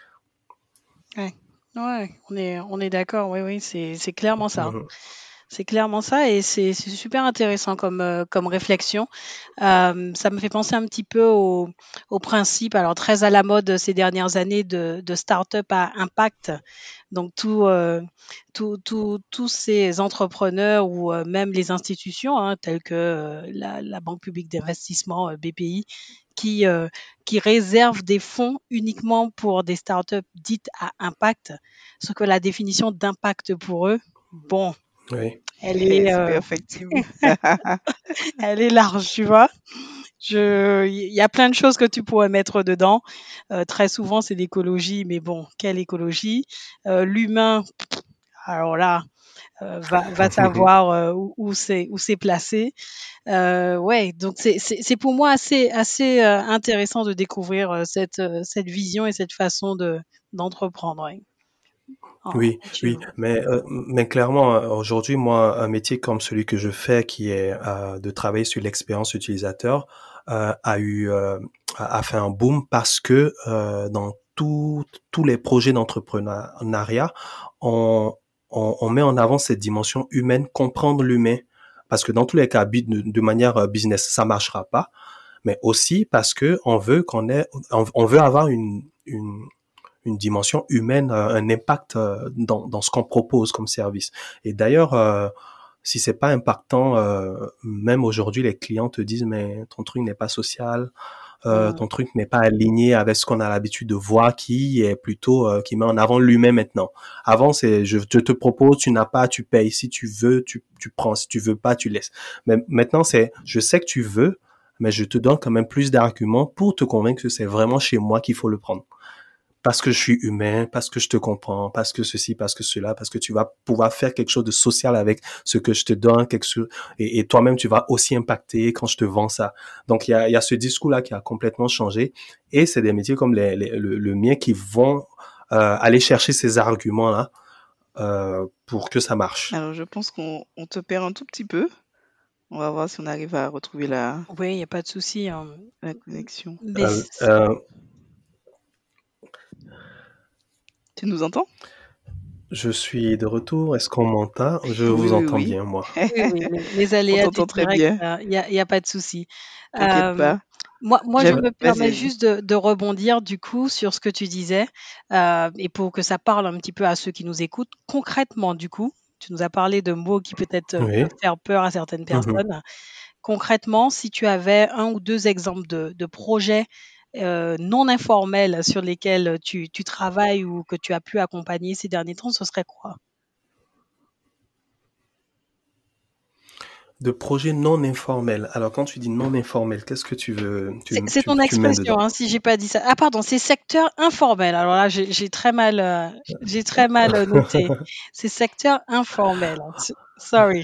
Ouais, ouais, on est, on est d'accord, oui, oui, c'est, c'est clairement ça. Mhm. C'est clairement ça et c'est, c'est super intéressant comme, euh, comme réflexion. Euh, ça me fait penser un petit peu au, au principe, alors très à la mode ces dernières années de, de start-up à impact. Donc tout, euh, tout, tout- tous ces entrepreneurs ou euh, même les institutions hein, telles que euh, la, la Banque publique d'investissement euh, B P I qui, euh, qui réservent des fonds uniquement pour des startups dites à impact, ce que la définition d'impact pour eux, bon, Oui. elle est, C'est euh, perfectible. elle est large, tu vois. Je, il y a plein de choses que tu pourrais mettre dedans. Euh, très souvent, c'est l'écologie, mais bon, quelle écologie? Euh, l'humain, alors là, euh, va, va savoir euh, où, où c'est où c'est placé. Euh, ouais, donc c'est c'est c'est pour moi assez assez euh, intéressant de découvrir euh, cette euh, cette vision et cette façon de d'entreprendre. Ouais. En- Oui, oui, mais euh, mais clairement euh, aujourd'hui moi un métier comme celui que je fais qui est euh, de travailler sur l'expérience utilisateur euh, a eu euh, a a fait un boom parce que euh, dans tout- tous les projets d'entrepreneuriat on, on on met en avant cette dimension humaine, comprendre l'humain parce que dans tous les cas bu- de, de manière euh, business ça marchera pas, mais aussi parce que on veut qu'on ait on, on veut avoir une une une dimension humaine, euh, un impact euh, dans, dans ce qu'on propose comme service. Et d'ailleurs, euh, si c'est pas impactant, euh, même aujourd'hui, les clients te disent mais ton truc n'est pas social, euh, Mm. ton truc n'est pas aligné avec ce qu'on a l'habitude de voir, qui est plutôt euh, qui met en avant l'humain maintenant. Avant, c'est je, je te propose, tu n'as pas, tu payes. Si tu veux, tu, tu prends. Si tu veux pas, tu laisses. Mais maintenant, c'est je sais que tu veux, mais je te donne quand même plus d'arguments pour te convaincre que c'est vraiment chez moi qu'il faut le prendre parce que je suis humain, parce que je te comprends, parce que ceci, parce que cela, parce que tu vas pouvoir faire quelque chose de social avec ce que je te donne, quelque chose, et, et toi-même tu vas aussi impacter quand je te vends ça. Donc il y a, il y a ce discours-là qui a complètement changé, et c'est des métiers comme les, les, le, le mien qui vont euh, aller chercher ces arguments-là euh, pour que ça marche. Alors, je pense qu'on on te perd un tout petit peu. On va voir si on arrive à retrouver la, Oui, il n'y a pas de souci. hein. la connexion. Mais Euh, c- euh, Tu nous entends? je suis de retour. Est-ce qu'on m'entend? Je Oui, vous oui, entends oui. bien, moi. oui, oui, les, les On aléas du t'entend très direct, bien. il n'y a, y a pas de souci. T'inquiète Euh, pas. moi, moi, je J'avais... Ouais. me Vas-y, permets vas-y. juste de, de rebondir du coup sur ce que tu disais euh, et pour que ça parle un petit peu à ceux qui nous écoutent. Concrètement, du coup, tu nous as parlé de mots qui peut-être euh, Oui. peuvent faire peur à certaines Mhm. personnes. Concrètement, si tu avais un ou deux exemples de, de projets euh, non informels sur lesquels tu, tu travailles ou que tu as pu accompagner ces derniers temps, ce serait quoi? De projets non informels. Alors, quand tu dis non informel, qu'est-ce que tu veux, C'est tu, c'est tu, ton tu mets expression, dedans? hein, si j'ai pas dit ça. Ah pardon, c'est secteur informel. Alors là, j'ai j'ai très mal, euh, j'ai très mal euh, noté. C'est secteur informel. S- Sorry.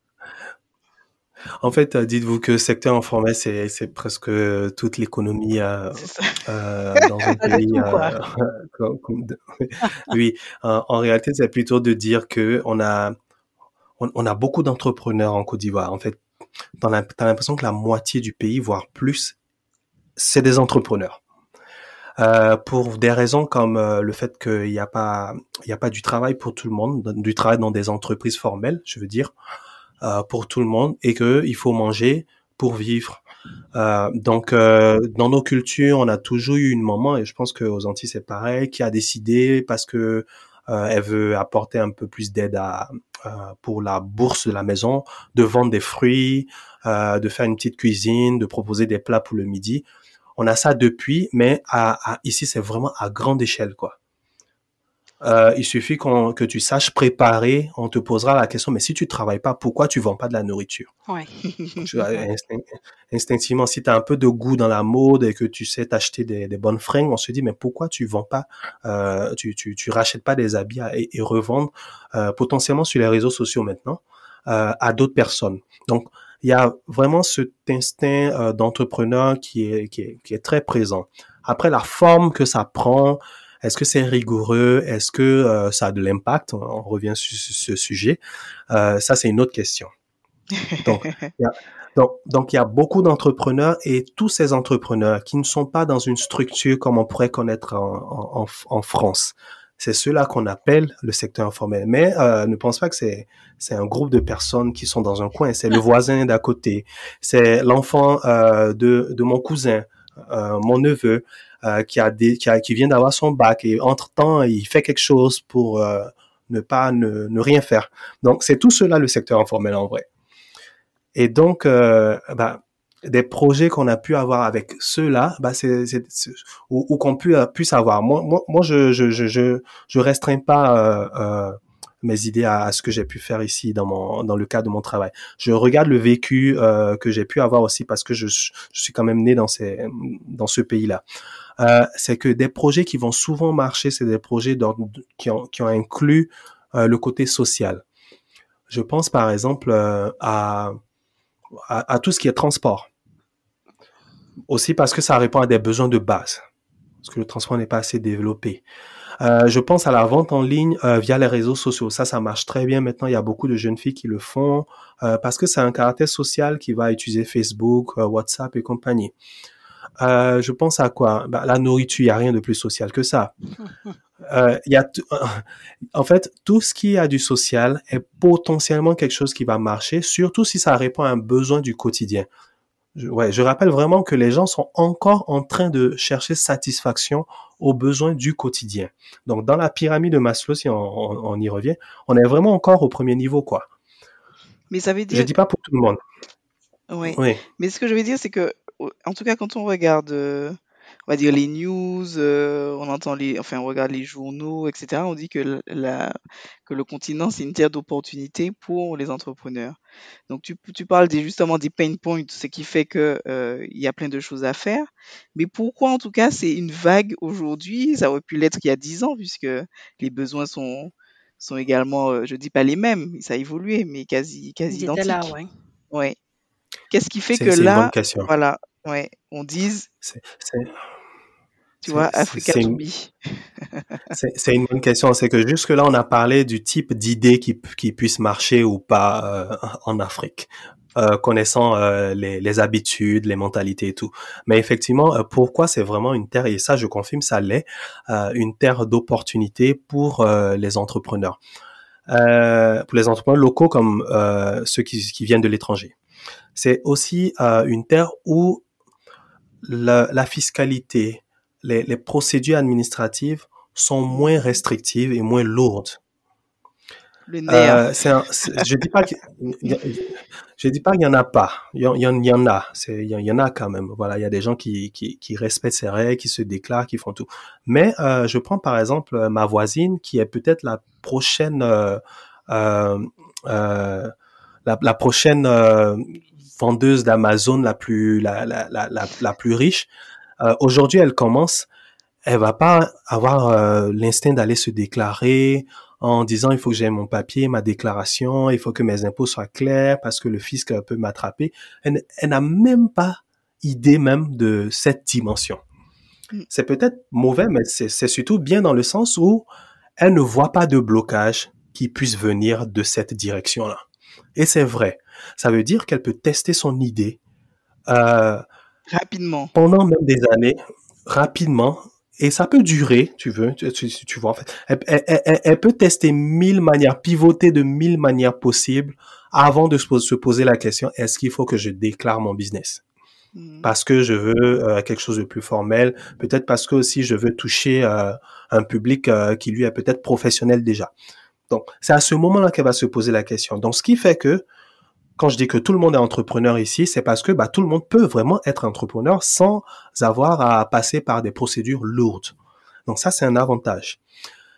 En fait, euh, dites-vous que secteur informel, c'est, c'est presque toute l'économie euh, C'est ça. euh, dans un Pas de pays. tout quoi. Euh, comme- comme de- oui, en, en réalité, c'est plutôt de dire que on a, on, on a beaucoup d'entrepreneurs en Côte d'Ivoire. En fait, t'as l'im- t'as l'impression que la moitié du pays, voire plus, c'est des entrepreneurs. Euh, pour des raisons comme euh, le fait qu'il n'y a pas, il y a pas du travail pour tout le monde, du travail dans des entreprises formelles, je veux dire, euh, pour tout le monde, et que il faut manger pour vivre. Euh, donc, euh, dans nos cultures, on a toujours eu une maman, et je pense qu'aux Antilles c'est pareil, qui a décidé parce que euh, elle veut apporter un peu plus d'aide à euh, pour la bourse de la maison, de vendre des fruits, euh, de faire une petite cuisine, de proposer des plats pour le midi. On a ça depuis, mais à, à, ici c'est vraiment à grande échelle, quoi. Euh, il suffit qu'on, que tu saches préparer, on te posera la question, mais si tu travailles pas, pourquoi tu vends pas de la nourriture? Ouais. Tu vois, instinct- instinctivement, si tu as un peu de goût dans la mode et que tu sais t'acheter des, des bonnes fringues, on se dit, mais pourquoi tu vends pas, euh, tu, tu, tu rachètes pas des habits à- et, et revendre euh, potentiellement sur les réseaux sociaux maintenant euh, à d'autres personnes. Donc, il y a vraiment cet instinct euh, d'entrepreneur qui est, qui est, qui est très présent. Après, la forme que ça prend, est-ce que c'est rigoureux? Est-ce que euh, ça a de l'impact? On, on revient sur ce, ce sujet. Euh, ça, c'est une autre question. Donc, il y a, donc, donc, il y a beaucoup d'entrepreneurs et tous ces entrepreneurs qui ne sont pas dans une structure comme on pourrait connaître en, en, en France. C'est ceux-là qu'on appelle le secteur informel. Mais euh, ne pense pas que c'est c'est un groupe de personnes qui sont dans un coin. C'est le voisin d'à côté. C'est l'enfant euh, de, de mon cousin, euh, mon neveu, euh, qui a des, qui, a, qui vient d'avoir son bac et entre-temps, il fait quelque chose pour euh, ne pas ne, ne rien faire. Donc, c'est tout cela le secteur informel en vrai. Et donc, euh, bah, des projets qu'on a pu avoir avec ceux-là, bah, c'est, c'est, c'est ou, ou qu'on pu, puisse avoir. Moi, moi, moi, je, je, je, je, je restreins pas euh, euh, mes idées à, à ce que j'ai pu faire ici dans mon, dans le cadre de mon travail. Je regarde le vécu euh, que j'ai pu avoir aussi parce que je, je suis quand même né dans ces, dans ce pays-là. Euh, c'est que des projets qui vont souvent marcher, c'est des projets qui ont, qui ont inclus euh, le côté social. Je pense par exemple euh, à À, à tout ce qui est transport. Aussi parce que ça répond à des besoins de base. Parce que le transport n'est pas assez développé. Euh, je pense à la vente en ligne euh, via les réseaux sociaux. Ça, ça marche très bien maintenant. Il y a beaucoup de jeunes filles qui le font euh, parce que c'est un caractère social qui va utiliser Facebook, euh, WhatsApp et compagnie. Euh, je pense à quoi? Bah, la nourriture, il n'y a rien de plus social que ça. Euh, y a t- en fait, tout ce qui a du social est potentiellement quelque chose qui va marcher, surtout si ça répond à un besoin du quotidien. Je, ouais, je rappelle vraiment que les gens sont encore en train de chercher satisfaction aux besoins du quotidien. Donc, dans la pyramide de Maslow, si on, on, on y revient, on est vraiment encore au premier niveau, quoi. Mais ça veut Je dire... dis pas pour tout le monde. Ouais. Oui. Mais ce que je veux dire, c'est que, en tout cas, quand on regarde, euh, on va dire les news, euh, on entend les, enfin, on regarde les journaux, et cetera. On dit que le- la, que le continent, c'est une terre d'opportunités pour les entrepreneurs. Donc, tu, tu parles des, justement des pain points, ce qui fait que, euh, il y a plein de choses à faire. Mais pourquoi, en tout cas, c'est une vague aujourd'hui? Ça aurait pu l'être il y a dix ans, puisque les besoins sont, sont également, euh, je dis pas les mêmes, ça a évolué, mais quasi, quasi Ils étaient là, identiques. ouais. Ouais. Qu'est-ce qui fait que C'est, c'est une bonne là, question. voilà, ouais, on dise, C'est, c'est, tu vois, c'est, Africa c'est to une, be. c'est, c'est une bonne question. C'est que jusque-là, on a parlé du type d'idées qui, qui puissent marcher ou pas euh, en Afrique. Euh, connaissant euh, les, les habitudes, les mentalités et tout. Mais effectivement, euh, pourquoi c'est vraiment une terre, et ça je confirme, ça l'est, euh, une terre d'opportunités pour euh, les entrepreneurs. Euh, pour les entrepreneurs locaux comme euh, ceux qui, qui viennent de l'étranger. C'est aussi euh, une terre où la, la fiscalité, les, les procédures administratives sont moins restrictives et moins lourdes. Le nerf. Euh, c'est un, c'est, je dis pas que, je dis pas qu'il y en a pas. Il y en, il y en a. C'est, il y en a quand même. Voilà, il y a des gens qui, qui, qui respectent ces règles, qui se déclarent, qui font tout. Mais euh, je prends par exemple ma voisine qui est peut-être la prochaine, euh, euh, euh, la, la prochaine euh, vendeuse d'Amazon la plus, la, la, la, la, la plus riche. Euh, aujourd'hui, elle commence. Elle va pas avoir euh, l'instinct d'aller se déclarer en disant il faut que j'ai mon papier, ma déclaration, il faut que mes impôts soient clairs parce que le fisc peut m'attraper. Elle, elle n'a même pas idée même de cette dimension. C'est peut-être mauvais, mais c'est, c'est surtout bien dans le sens où elle ne voit pas de blocage qui puisse venir de cette direction-là. Et c'est vrai. Ça veut dire qu'elle peut tester son idée euh, rapidement, pendant même des années, rapidement. Et ça peut durer, tu veux, tu, tu, tu vois, en fait. Elle, elle, elle, elle peut tester mille manières, pivoter de mille manières possibles avant de se poser la question, est-ce qu'il faut que je déclare mon business? Mmh. Parce que je veux euh, quelque chose de plus formel, peut-être parce que aussi je veux toucher euh, un public euh, qui lui est peut-être professionnel déjà. Donc, c'est à ce moment-là qu'elle va se poser la question. Donc, ce qui fait que quand je dis que tout le monde est entrepreneur ici, c'est parce que bah, tout le monde peut vraiment être entrepreneur sans avoir à passer par des procédures lourdes. Donc ça, c'est un avantage.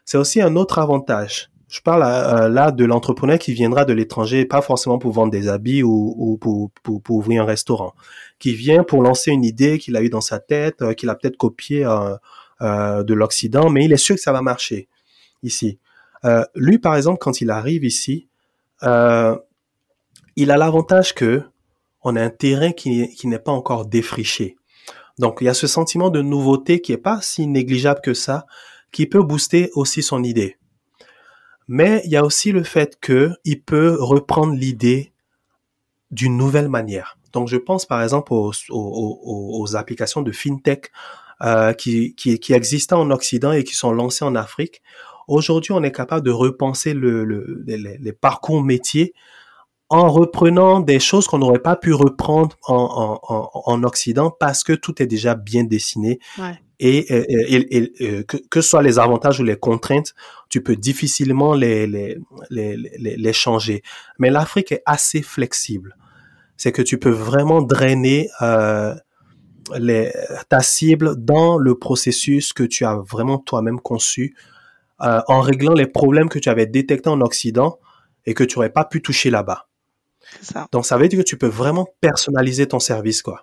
c'est aussi un autre avantage. Je parle euh, là de l'entrepreneur qui viendra de l'étranger, pas forcément pour vendre des habits ou, ou pour, pour, pour ouvrir un restaurant, qui vient pour lancer une idée qu'il a eue dans sa tête, euh, qu'il a peut-être copiée euh, euh, de l'Occident, mais il est sûr que ça va marcher ici. Euh, lui, par exemple, quand il arrive ici, euh, il a l'avantage que on a un terrain qui, qui n'est pas encore défriché. Donc, il y a ce sentiment de nouveauté qui est pas si négligeable que ça, qui peut booster aussi son idée. Mais il y a aussi le fait que il peut reprendre l'idée d'une nouvelle manière. Donc, je pense par exemple aux, aux, aux, aux applications de fintech euh, qui, qui, qui existent en Occident et qui sont lancées en Afrique. Aujourd'hui, on est capable de repenser le, le, les, les parcours métiers en reprenant des choses qu'on n'aurait pas pu reprendre en, en, en, en Occident parce que tout est déjà bien dessiné. Ouais. Et, et, et, et, et que, que ce soit les avantages ou les contraintes, tu peux difficilement les, les, les, les, les changer. Mais l'Afrique est assez flexible. C'est que tu peux vraiment drainer euh, les, ta cible dans le processus que tu as vraiment toi-même conçu, euh, en réglant les problèmes que tu avais détectés en Occident et que tu n'aurais pas pu toucher là-bas. C'est ça. Donc, ça veut dire que tu peux vraiment personnaliser ton service, quoi.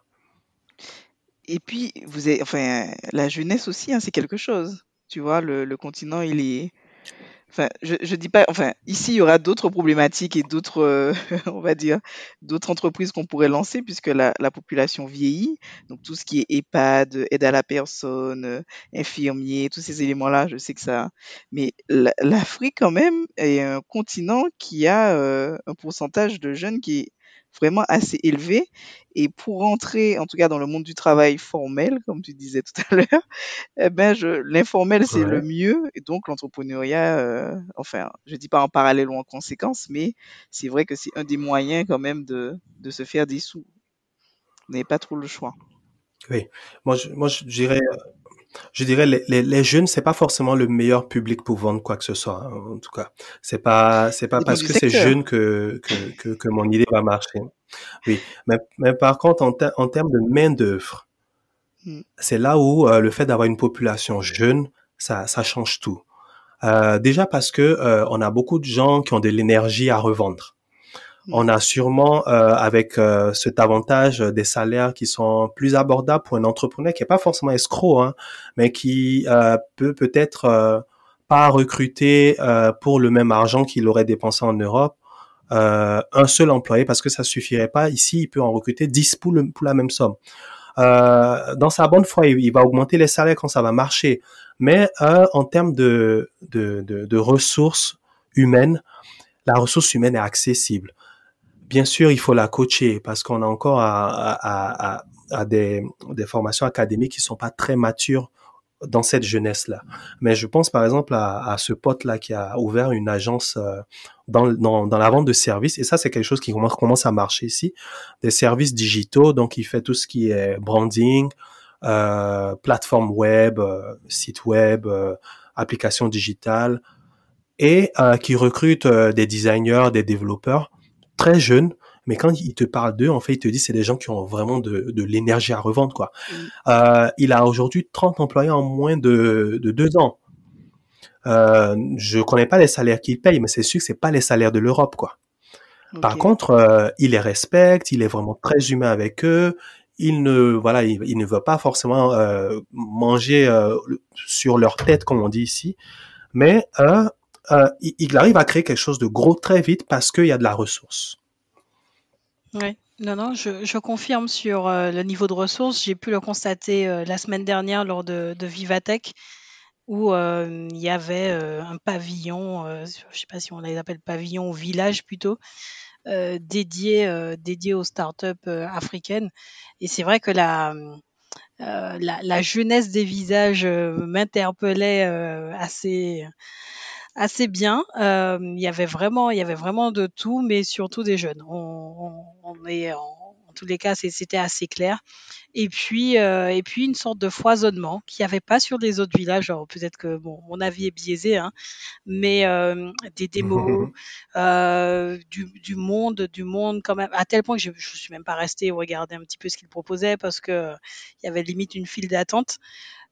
Et puis, vous avez, enfin, la jeunesse aussi, hein, c'est quelque chose. Tu vois, le, le continent, il est. Enfin, je, je dis pas. Enfin, ici, il y aura d'autres problématiques et d'autres, euh, on va dire, d'autres entreprises qu'on pourrait lancer puisque la, la population vieillit. Donc, tout ce qui est EHPAD, aide à la personne, euh, infirmier, tous ces éléments-là, je sais que ça. Mais la- l'Afrique, quand même, est un continent qui a euh, un pourcentage de jeunes qui est vraiment assez élevé. Et pour rentrer, en tout cas, dans le monde du travail formel, comme tu disais tout à l'heure, eh ben, je, l'informel, c'est le Ouais. mieux. Et donc, l'entrepreneuriat, euh, enfin, je dis pas en parallèle ou en conséquence, mais c'est vrai que c'est un des moyens quand même de, de se faire des sous. Vous n'avez pas trop le choix. Oui. Moi, je, moi, je dirais, je dirais, les, les, les jeunes, c'est pas forcément le meilleur public pour vendre quoi que ce soit, hein, en tout cas. C'est pas, c'est Ça pas dépend parce du que c'est secteur. jeune que, que, que, que mon idée va marcher. Oui. Mais, mais par contre, en, ter- en termes de main-d'œuvre, Mm. c'est là où euh, le fait d'avoir une population jeune, ça, ça change tout. Euh, déjà parce que euh, on a beaucoup de gens qui ont de l'énergie à revendre. On Mm. a sûrement euh, avec euh, cet avantage euh, des salaires qui sont plus abordables pour un entrepreneur qui est pas forcément escroc, hein, mais qui euh, peut peut-être euh, pas recruter euh, pour le même argent qu'il aurait dépensé en Europe euh, un seul employé parce que ça suffirait pas. Ici, il peut en recruter dix pour, le, pour la même somme. Euh, dans sa bonne foi, il, il va augmenter les salaires quand ça va marcher. Mais euh, en termes de, de, de, de ressources humaines, la ressource humaine est accessible. Bien sûr, il faut la coacher parce qu'on a encore à, à, à, à des, des formations académiques qui sont pas très matures dans cette jeunesse-là. Mais je pense par exemple à, à ce pote-là qui a ouvert une agence euh, dans, dans, dans la vente de services. Et ça, c'est quelque chose qui commence, commence à marcher ici. Des services digitaux. Donc, il fait tout ce qui est branding, euh, plateforme web, euh, site web, euh, application digitale. Et euh, qui recrute euh, des designers, des développeurs très jeunes. Mais quand il te parle d'eux, en fait, il te dit c'est des gens qui ont vraiment de, de l'énergie à revendre, quoi. Mm. Euh, il a aujourd'hui trente employés en moins de, de deux ans. Euh, je connais pas les salaires qu'il paye, mais c'est sûr que c'est pas les salaires de l'Europe, quoi. Par Ok. contre, euh, il les respecte, il est vraiment très humain avec eux. Il ne, voilà, il, il ne veut pas forcément euh, manger euh, sur leur tête, comme on dit ici, mais euh, euh, il, il arrive à créer quelque chose de gros très vite parce qu'il y a de la ressource. Ouais. Non, non, je, je confirme sur euh, le niveau de ressources. J'ai pu le constater euh, la semaine dernière lors de, de Vivatech, où euh, il y avait euh, un pavillon, euh, je ne sais pas si on les appelle pavillon ou village plutôt, euh, dédié, euh, dédié aux startups euh, africaines. Et c'est vrai que la, euh, la, la jeunesse des visages euh, m'interpellait euh, assez, assez bien. Euh, il y avait vraiment, il y avait vraiment de tout, mais surtout des jeunes. On, on, on est en, en tous les cas, c'est- c'était assez clair. Et puis, euh, et puis une sorte de foisonnement qu'il n'y avait pas sur les autres villages. Alors peut-être que bon, mon avis est biaisé, hein, mais euh, des démos, euh, du, du monde, du monde quand même, à tel point que je ne suis même pas restée regarder un petit peu ce qu'ils proposaient parce que euh, il y avait limite une file d'attente.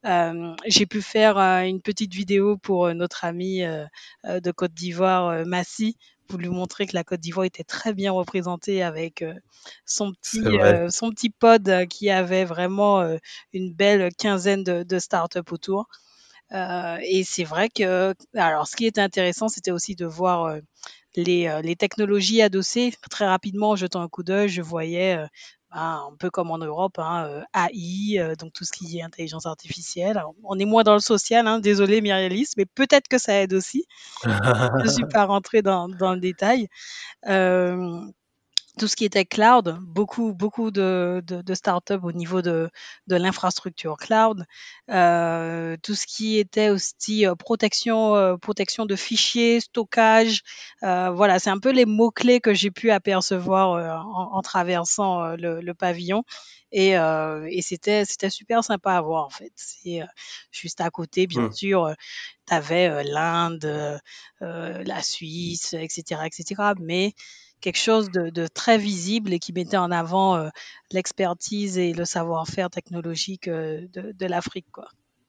Euh, j'ai pu faire euh, une petite vidéo pour euh, notre ami euh, euh, de Côte d'Ivoire, euh, Massi, pour lui montrer que la Côte d'Ivoire était très bien représentée avec euh, son C'est petit vrai. euh, son petit pod euh, qui avait vraiment euh, une belle quinzaine de, de startups autour. Euh, et c'est vrai que, alors, ce qui était intéressant, c'était aussi de voir euh, les, euh, les technologies adossées. Très rapidement, en jetant un coup d'œil, je voyais, euh, ben, un peu comme en Europe, hein, euh, A I, euh, donc tout ce qui est intelligence artificielle. Alors, on est moins dans le social, hein, désolé Myrialis, mais peut-être que ça aide aussi. Je ne suis pas rentrée dans, dans le détail. Euh, tout ce qui était cloud, beaucoup, beaucoup de, de, de startups au niveau de, de l'infrastructure cloud, euh, tout ce qui était aussi euh, protection, euh, protection de fichiers, stockage, euh, voilà, c'est un peu les mots-clés que j'ai pu apercevoir euh, en, en traversant euh, le, le pavillon. Et, euh, et c'était, c'était super sympa à voir en fait. C'est euh, juste à côté, bien Hmm. sûr, tu avais euh, l'Inde, euh, euh, la Suisse, et cetera, et cetera. Mais quelque chose de, de très visible et qui mettait en avant euh, l'expertise et le savoir-faire technologique euh, de, de l'Afrique, quoi.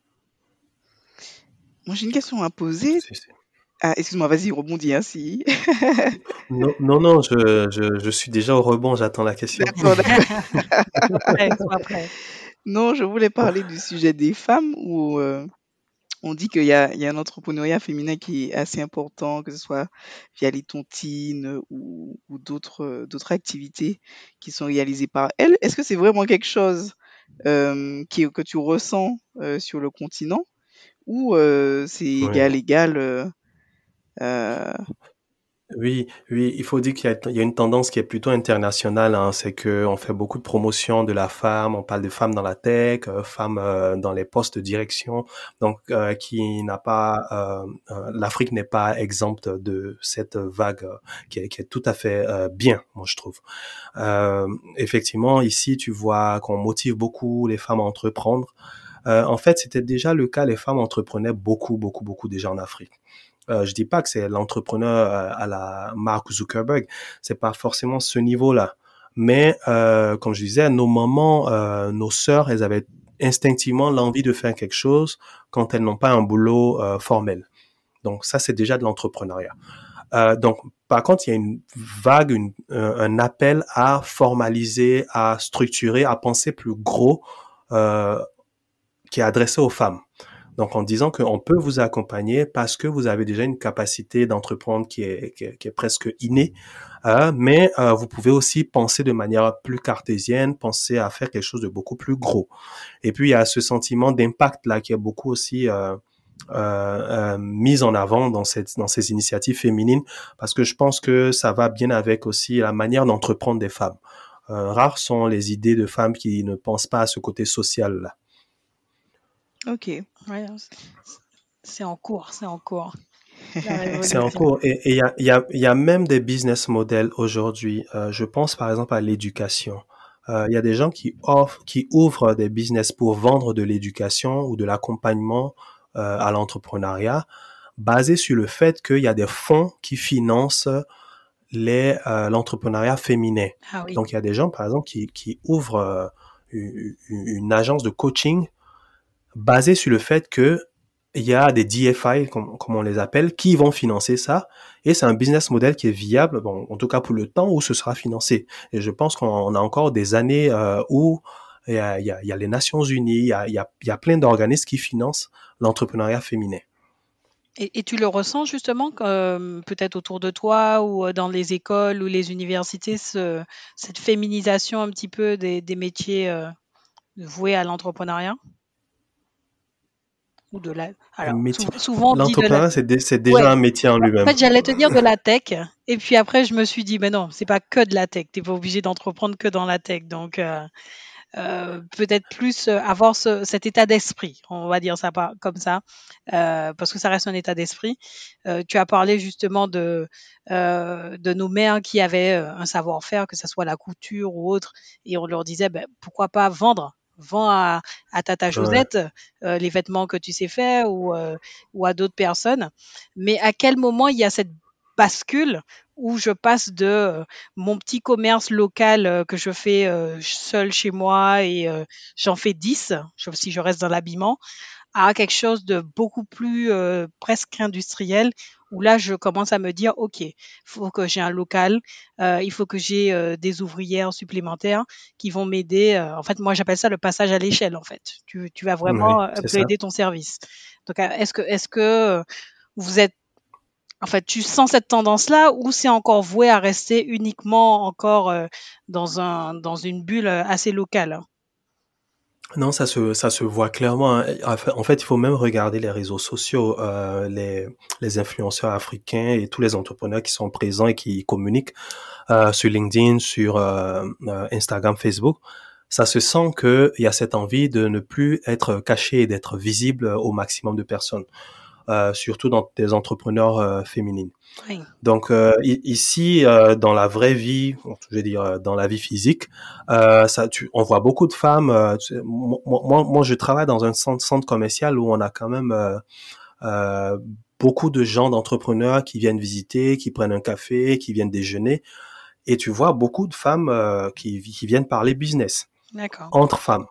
Moi, j'ai une question à poser. C'est- c'est- Ah, excuse-moi, vas-y, rebondis, hein, si. Non, non, non, je, je, je suis déjà au rebond, j'attends la question. D'accord, d'accord. Sois prêt, sois prêt. Non, je voulais parler du sujet des femmes où euh, on dit qu'il y a, il y a un entrepreneuriat féminin qui est assez important, que ce soit via les tontines ou, ou d'autres euh, d'autres activités qui sont réalisées par elles. Est-ce que c'est vraiment quelque chose euh, qui, que tu ressens euh, sur le continent ou euh, c'est Oui. égal, égal euh, euh, Oui, oui, il faut dire qu'il y a, il y a une tendance qui est plutôt internationale, hein, c'est que on fait beaucoup de promotion de la femme, on parle de femmes dans la tech, euh, femmes euh, dans les postes de direction, donc euh, qui n'a pas, euh, euh, l'Afrique n'est pas exempte de cette vague euh, qui est, qui est tout à fait euh, bien, moi je trouve. Euh, effectivement, ici tu vois qu'on motive beaucoup les femmes à entreprendre. Euh, en fait, c'était déjà le cas, les femmes entreprenaient beaucoup, beaucoup, beaucoup déjà en Afrique. Euh, je dis pas que c'est l'entrepreneur euh, à la Mark Zuckerberg, c'est pas forcément ce niveau-là. Mais euh, comme je disais, nos mamans, euh, nos sœurs, elles avaient instinctivement l'envie de faire quelque chose quand elles n'ont pas un boulot euh, formel. Donc ça, c'est déjà de l'entrepreneuriat. Euh, donc par contre, il y a une vague, une, un, un appel à formaliser, à structurer, à penser plus gros, euh, qui est adressé aux femmes. Donc, en disant qu'on peut vous accompagner parce que vous avez déjà une capacité d'entreprendre qui est, qui est, qui est presque innée, euh, mais euh, vous pouvez aussi penser de manière plus cartésienne, penser à faire quelque chose de beaucoup plus gros. Et puis, il y a ce sentiment d'impact là qui est beaucoup aussi euh, euh, euh, mis en avant dans, cette, dans ces initiatives féminines parce que je pense que ça va bien avec aussi la manière d'entreprendre des femmes. Euh, rares sont les idées de femmes qui ne pensent pas à ce côté social-là. Ok. Ouais, c'est en cours, c'est en cours. C'est en cours. Et il y a, y, a, y a même des business models aujourd'hui. Euh, je pense par exemple à l'éducation. Il euh, y a des gens qui offrent, qui ouvrent des business pour vendre de l'éducation ou de l'accompagnement euh, à l'entrepreneuriat, basé sur le fait qu'il y a des fonds qui financent les euh, l'entrepreneuriat féminin. Ah oui. Donc il y a des gens par exemple qui, qui ouvrent euh, une, une agence de coaching basée sur le fait que il y a des D F I, comme, comme on les appelle, qui vont financer ça. Et c'est un business model qui est viable, bon, en tout cas pour le temps où ce sera financé. Et je pense qu'on a encore des années euh, où il y a, il y a, il y a les Nations Unies, il y a, il y a, il y a plein d'organismes qui financent l'entrepreneuriat féminin. Et, et tu le ressens justement, euh, peut-être autour de toi ou dans les écoles ou les universités, ce, cette féminisation un petit peu des, des métiers euh, voués à l'entrepreneuriat? Ou de la... Alors, Métier. sou- souvent on dit de la... L'entrepreneuriat, c'est, dé- c'est déjà Ouais. un métier en lui-même. En fait, j'allais te dire de la tech, et puis après, je me suis dit, mais non, c'est pas que de la tech. T'es pas obligé d'entreprendre que dans la tech. Donc, euh, euh, peut-être plus euh, avoir ce, cet état d'esprit, on va dire ça pas comme ça, euh, parce que ça reste un état d'esprit. Euh, tu as parlé justement de euh, de nos mères qui avaient euh, un savoir-faire, que ce soit la couture ou autre, et on leur disait, ben, pourquoi pas vendre. Vends à, à Tata Josette euh, les vêtements que tu sais faire ou, euh, ou à d'autres personnes. Mais à quel moment il y a cette bascule où je passe de euh, mon petit commerce local euh, que je fais euh, seul chez moi et euh, j'en fais dix, je- si je reste dans l'habillement, à quelque chose de beaucoup plus euh, presque industriel, où là, je commence à me dire, OK, il faut que j'ai un local, euh, il faut que j'ai euh, des ouvrières supplémentaires qui vont m'aider. euh, en fait, moi, j'appelle ça le passage à l'échelle, en fait. Tu, tu vas Oui, vraiment euh, c'est ça. upgrader ton service. Donc, euh, est-ce que, est-ce que euh, vous êtes, en fait, tu sens cette tendance-là ou c'est encore voué à rester uniquement encore euh, dans un, dans une bulle euh, assez locale? Hein? Non, ça se, ça se voit clairement, hein. En fait, en fait, il faut même regarder les réseaux sociaux, euh, les, les influenceurs africains et tous les entrepreneurs qui sont présents et qui communiquent euh, sur LinkedIn, sur euh, euh, Instagram, Facebook. Ça se sent qu'il y a cette envie de ne plus être caché et d'être visible au maximum de personnes, euh, surtout dans des entrepreneurs euh, féminines. Oui. Donc euh, i- ici, euh, dans la vraie vie, je veux dire euh, dans la vie physique, euh, ça, tu, on voit beaucoup de femmes. Euh, tu sais, moi, moi, moi, je travaille dans un centre, centre commercial où on a quand même euh, euh, beaucoup de gens, d'entrepreneurs qui viennent visiter, qui prennent un café, qui viennent déjeuner, et tu vois beaucoup de femmes euh, qui, qui viennent parler business D'accord. entre femmes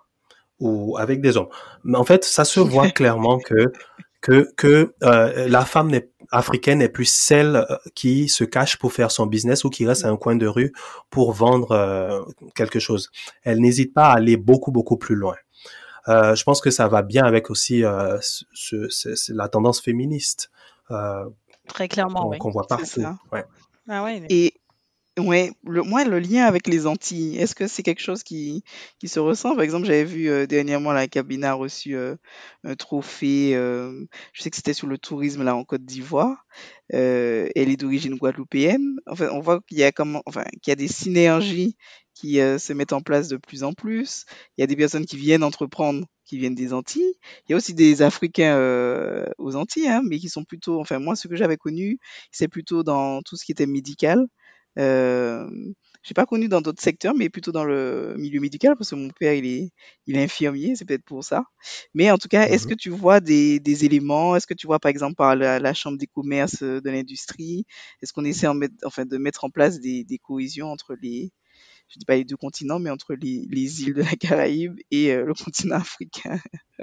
ou avec des hommes. Mais en fait, ça se voit clairement que que que euh, la femme n'est, africaine n'est plus celle euh, qui se cache pour faire son business ou qui reste à un coin de rue pour vendre euh, quelque chose. Elle n'hésite pas à aller beaucoup beaucoup plus loin. Euh, je pense que ça va bien avec aussi euh, ce, ce, ce, la tendance féministe euh, Très clairement, qu'on, oui. qu'on voit C'est partout. ça. Ouais. Ah ouais, mais- Et ouais, le, moi, le lien avec les Antilles, est-ce que c'est quelque chose qui, qui se ressent? Par exemple, j'avais vu euh, dernièrement, la cabine a reçu euh, un trophée, euh, je sais que c'était sur le tourisme là en Côte d'Ivoire. Euh, elle est d'origine guadeloupéenne. Enfin, on voit qu'il y a comment, enfin, qu'il y a des synergies qui euh, se mettent en place de plus en plus. Il y a des personnes qui viennent entreprendre, qui viennent des Antilles. Il y a aussi des Africains euh, aux Antilles, hein, mais qui sont plutôt, enfin moi, ce que j'avais connu, c'est plutôt dans tout ce qui était médical. Euh, j'ai pas connu dans d'autres secteurs, mais plutôt dans le milieu médical, parce que mon père, il est, il est infirmier, c'est peut-être pour ça. Mais en tout cas, est-ce Mm-hmm. que tu vois des, des éléments? Est-ce que tu vois, par exemple, par la, la Chambre des commerces euh, de l'industrie, est-ce qu'on essaie en mettre, enfin, de mettre en place des, des cohésions entre les, je dis pas les deux continents, mais entre les, les îles de la Caraïbe et euh, le continent africain?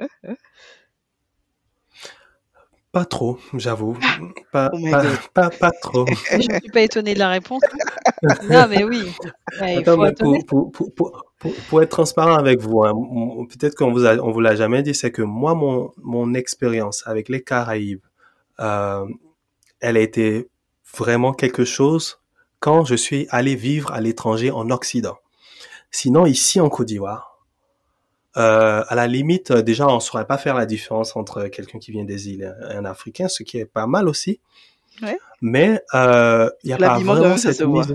Pas trop, j'avoue. Pas, Oh my pas, God. pas, pas trop. Je ne suis pas étonnée de la réponse. Hein. Non, mais oui. Ouais, il Attends, faut mais être pour, honnête. pour, pour, pour, pour, pour être transparent avec vous, hein, m- peut-être qu'on vous a, on vous l'a jamais dit, c'est que moi, mon, mon expérience avec les Caraïbes, euh, elle a été vraiment quelque chose quand je suis allé vivre à l'étranger en Occident. Sinon, ici en Côte d'Ivoire, euh, à la limite, euh, déjà, on ne saurait pas faire la différence entre quelqu'un qui vient des îles et un Africain, ce qui est pas mal aussi. Ouais. Mais euh, il n'y a pas L'habillement, quand vraiment même, ça cette se voit. mise.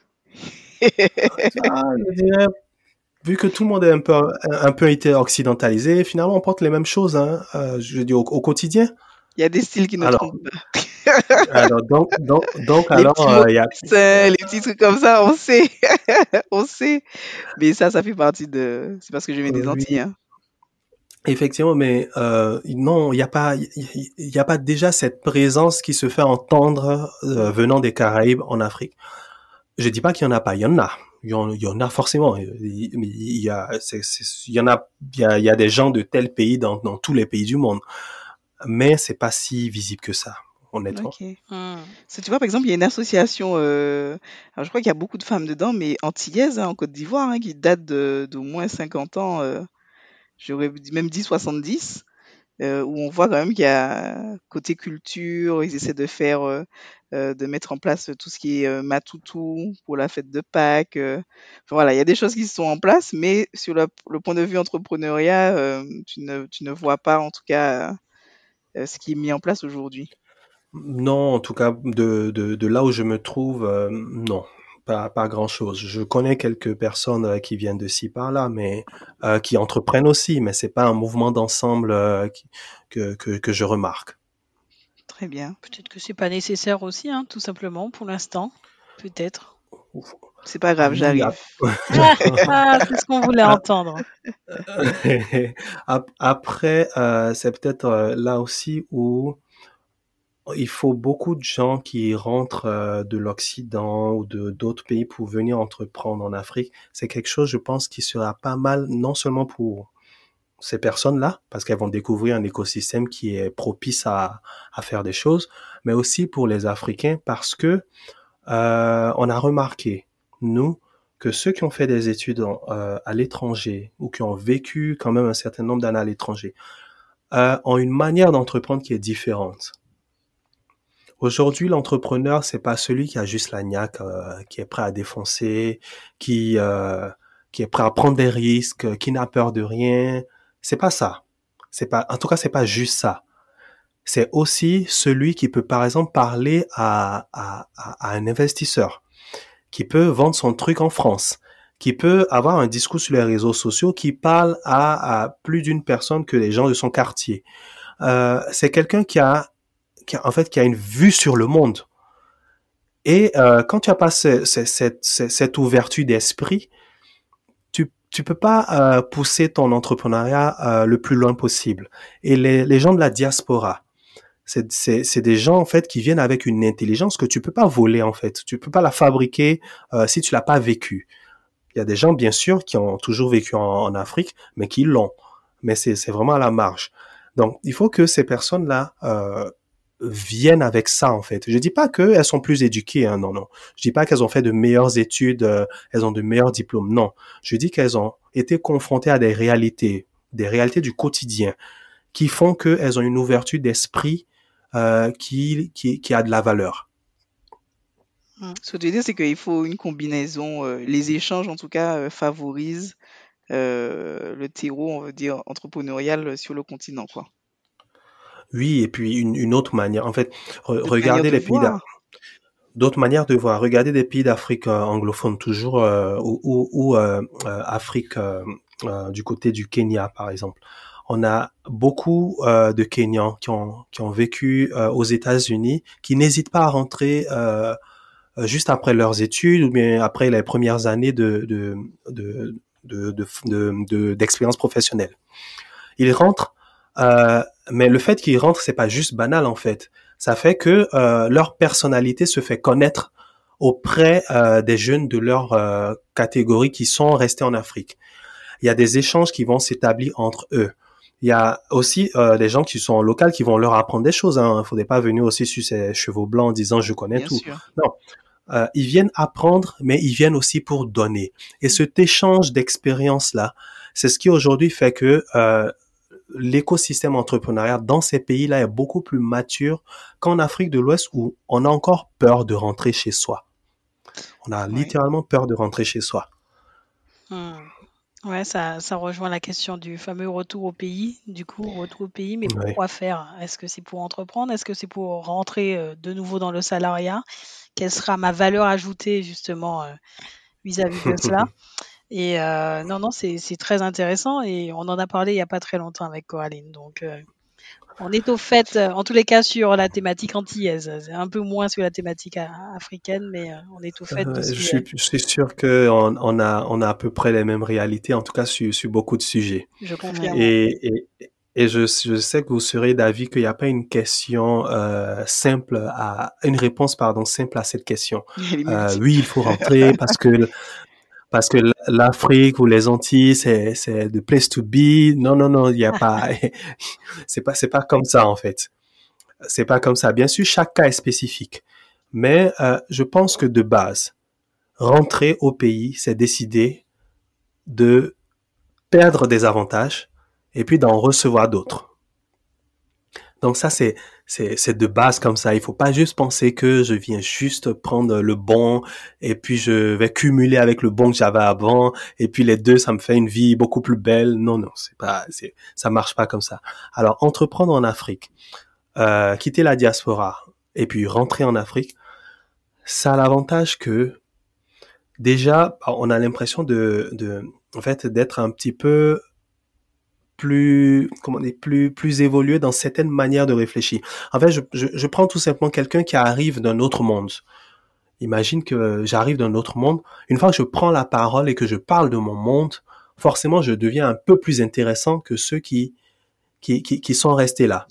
Ah, je dirais, vu que tout le monde est un peu, un peu été occidentalisé, finalement, on porte les mêmes choses, hein, euh, je dis au, au quotidien. Il y a des styles qui ne Alors, trompent pas. alors donc, donc, donc, Les alors, petits euh, il y a, mocassins, les petits trucs comme ça, on sait. On sait. Mais ça, ça fait partie de... C'est parce que je viens des oui, Antilles, hein. effectivement, mais euh, non, il n'y a pas, il y, il y a pas déjà cette présence qui se fait entendre euh, venant des Caraïbes en Afrique. Je dis pas qu'il y en a pas, il y en a. Il y en, il y en a forcément. Il, il y a, c'est, c'est, il y en a, il y a, il y a des gens de tel pays dans, dans tous les pays du monde. Mais c'est pas si visible que ça, honnêtement. Ok. Hmm. So, tu vois, par exemple, il y a une association, euh, alors je crois qu'il y a beaucoup de femmes dedans, mais antillaises, hein, en Côte d'Ivoire, hein, qui date de, d'au moins cinquante ans, euh, j'aurais dit même dit soixante-dix, euh, où on voit quand même qu'il y a côté culture, ils essaient de faire, euh, euh, de mettre en place tout ce qui est euh, matoutou pour la fête de Pâques. euh. Enfin, voilà, il y a des choses qui sont en place, mais sur le, le point de vue entrepreneuriat, euh, tu ne, tu ne vois pas en tout cas euh, ce qui est mis en place aujourd'hui. Non, en tout cas, de, de, de là où je me trouve, euh, non, pas, pas grand-chose. Je connais quelques personnes euh, qui viennent de ci par là, mais euh, qui entreprennent aussi, mais c'est pas un mouvement d'ensemble euh, qui- que, que, que je remarque. Très bien. Peut-être que c'est pas nécessaire aussi, hein, tout simplement, pour l'instant. Peut-être. C'est pas grave, Oui, j'arrive. Ah, ah, c'est ce qu'on voulait Ah. entendre. Ap- Après, euh, c'est peut-être euh, là aussi où il faut beaucoup de gens qui rentrent euh, de l'Occident ou de d'autres pays pour venir entreprendre en Afrique. C'est quelque chose, je pense, qui sera pas mal, non seulement pour ces personnes-là, parce qu'elles vont découvrir un écosystème qui est propice à, à faire des choses, mais aussi pour les Africains, parce que euh, on a remarqué, nous, que ceux qui ont fait des études en, euh, à l'étranger ou qui ont vécu quand même un certain nombre d'années à l'étranger euh, ont une manière d'entreprendre qui est différente. Aujourd'hui, l'entrepreneur, c'est pas celui qui a juste la niaque, euh, qui est prêt à défoncer, qui euh, qui est prêt à prendre des risques, qui n'a peur de rien. C'est pas ça. C'est pas, en tout cas, c'est pas juste ça. C'est aussi celui qui peut, par exemple, parler à à, à un investisseur, qui peut vendre son truc en France, qui peut avoir un discours sur les réseaux sociaux, qui parle à, à plus d'une personne que les gens de son quartier. Euh, c'est quelqu'un qui a qui a, en fait, qui a une vue sur le monde. Et euh, quand tu as pas ce, ce, cette, cette ouverture d'esprit, tu tu peux pas euh, pousser ton entrepreneuriat euh, le plus loin possible. Et les, les gens de la diaspora, c'est, c'est, c'est des gens en fait qui viennent avec une intelligence que tu peux pas voler en fait. Tu peux pas la fabriquer euh, si tu l'as pas vécu. Il y a des gens bien sûr qui ont toujours vécu en, en Afrique, mais qui l'ont. Mais c'est, c'est vraiment à la marge. Donc il faut que ces personnes-là euh, viennent avec ça en fait. Je dis pas qu'elles sont plus éduquées, hein, non, non. Je dis pas qu'elles ont fait de meilleures études, euh, elles ont de meilleurs diplômes, non. Je dis qu'elles ont été confrontées à des réalités, des réalités du quotidien, qui font qu'elles ont une ouverture d'esprit euh, qui, qui, qui a de la valeur. Ce que tu veux dire, c'est qu'il faut une combinaison, euh, les échanges en tout cas euh, favorisent euh, le terreau, on veut dire, entrepreneurial sur le continent, quoi. Oui, et puis une, une autre manière, en fait, re, D'autres regardez manières de les pays d'Afrique. voir. D'autres manières de voir. Regardez des pays d'Afrique euh, anglophone, toujours, euh, ou, ou, ou euh, euh, Afrique euh, euh, du côté du Kenya, par exemple. On a beaucoup euh, de Kenyans qui ont, qui ont vécu euh, aux États-Unis, qui n'hésitent pas à rentrer euh, juste après leurs études ou bien après les premières années de, de, de, de, de, de, de, d'expérience professionnelle. Ils rentrent, euh, mais le fait qu'ils rentrent, c'est pas juste banal en fait. Ça fait que euh, leur personnalité se fait connaître auprès euh, des jeunes de leur euh, catégorie qui sont restés en Afrique. Il y a des échanges qui vont s'établir entre eux. Il y a aussi euh, des gens qui sont locaux qui vont leur apprendre des choses. Hein. Il ne faudrait pas venir aussi sur ces chevaux blancs en disant je connais Bien tout. sûr. Non, euh, ils viennent apprendre, mais ils viennent aussi pour donner. Et cet échange d'expérience-là, c'est ce qui aujourd'hui fait que euh, l'écosystème entrepreneurial dans ces pays-là est beaucoup plus mature qu'en Afrique de l'Ouest où on a encore peur de rentrer chez soi. On a Oui. littéralement peur de rentrer chez soi. Hmm. Ouais, ça, ça rejoint la question du fameux retour au pays. Du coup, retour au pays, mais Oui. pourquoi faire? Est-ce que c'est pour entreprendre? Est-ce que c'est pour rentrer euh, de nouveau dans le salariat? Quelle sera ma valeur ajoutée justement euh, vis-à-vis de cela? Et euh, non, non, c'est c'est très intéressant et on en a parlé il n'y a pas très longtemps avec Coraline. Donc, euh, on est au fait, euh, en tous les cas, sur la thématique antillaise. C'est un peu moins sur la thématique a- africaine, mais euh, on est au fait de Euh, ce je qui suis, est. je suis sûr qu'on on a, on a à peu près les mêmes réalités, en tout cas sur, sur beaucoup de sujets. Je Ouais. confirme. Et, et, et je, je sais que vous serez d'avis qu'il n'y a pas une question euh, simple à, une réponse pardon simple à cette question. Elle est Euh, multiple. oui, il faut rentrer parce que parce que l'Afrique ou les Antilles c'est c'est the place to be. Non non non, il y a pas c'est pas c'est pas comme ça en fait. C'est pas comme ça. Bien sûr, chaque cas est spécifique, mais euh, je pense que de base, rentrer au pays, c'est décider de perdre des avantages et puis d'en recevoir d'autres. Donc ça, c'est, c'est, c'est de base comme ça. Il faut pas juste penser que je viens juste prendre le bon et puis je vais cumuler avec le bon que j'avais avant et puis les deux, ça me fait une vie beaucoup plus belle. Non, non, c'est pas, c'est, ça marche pas comme ça. Alors, entreprendre en Afrique, euh, quitter la diaspora et puis rentrer en Afrique, ça a l'avantage que déjà, on a l'impression de, de, en fait, d'être un petit peu plus, comment dire, plus, plus évolué dans certaines manières de réfléchir. En fait, je, je, je prends tout simplement quelqu'un qui arrive d'un autre monde. Imagine que j'arrive d'un autre monde. Une fois que je prends la parole et que je parle de mon monde, forcément, je deviens un peu plus intéressant que ceux qui, qui, qui, qui sont restés là.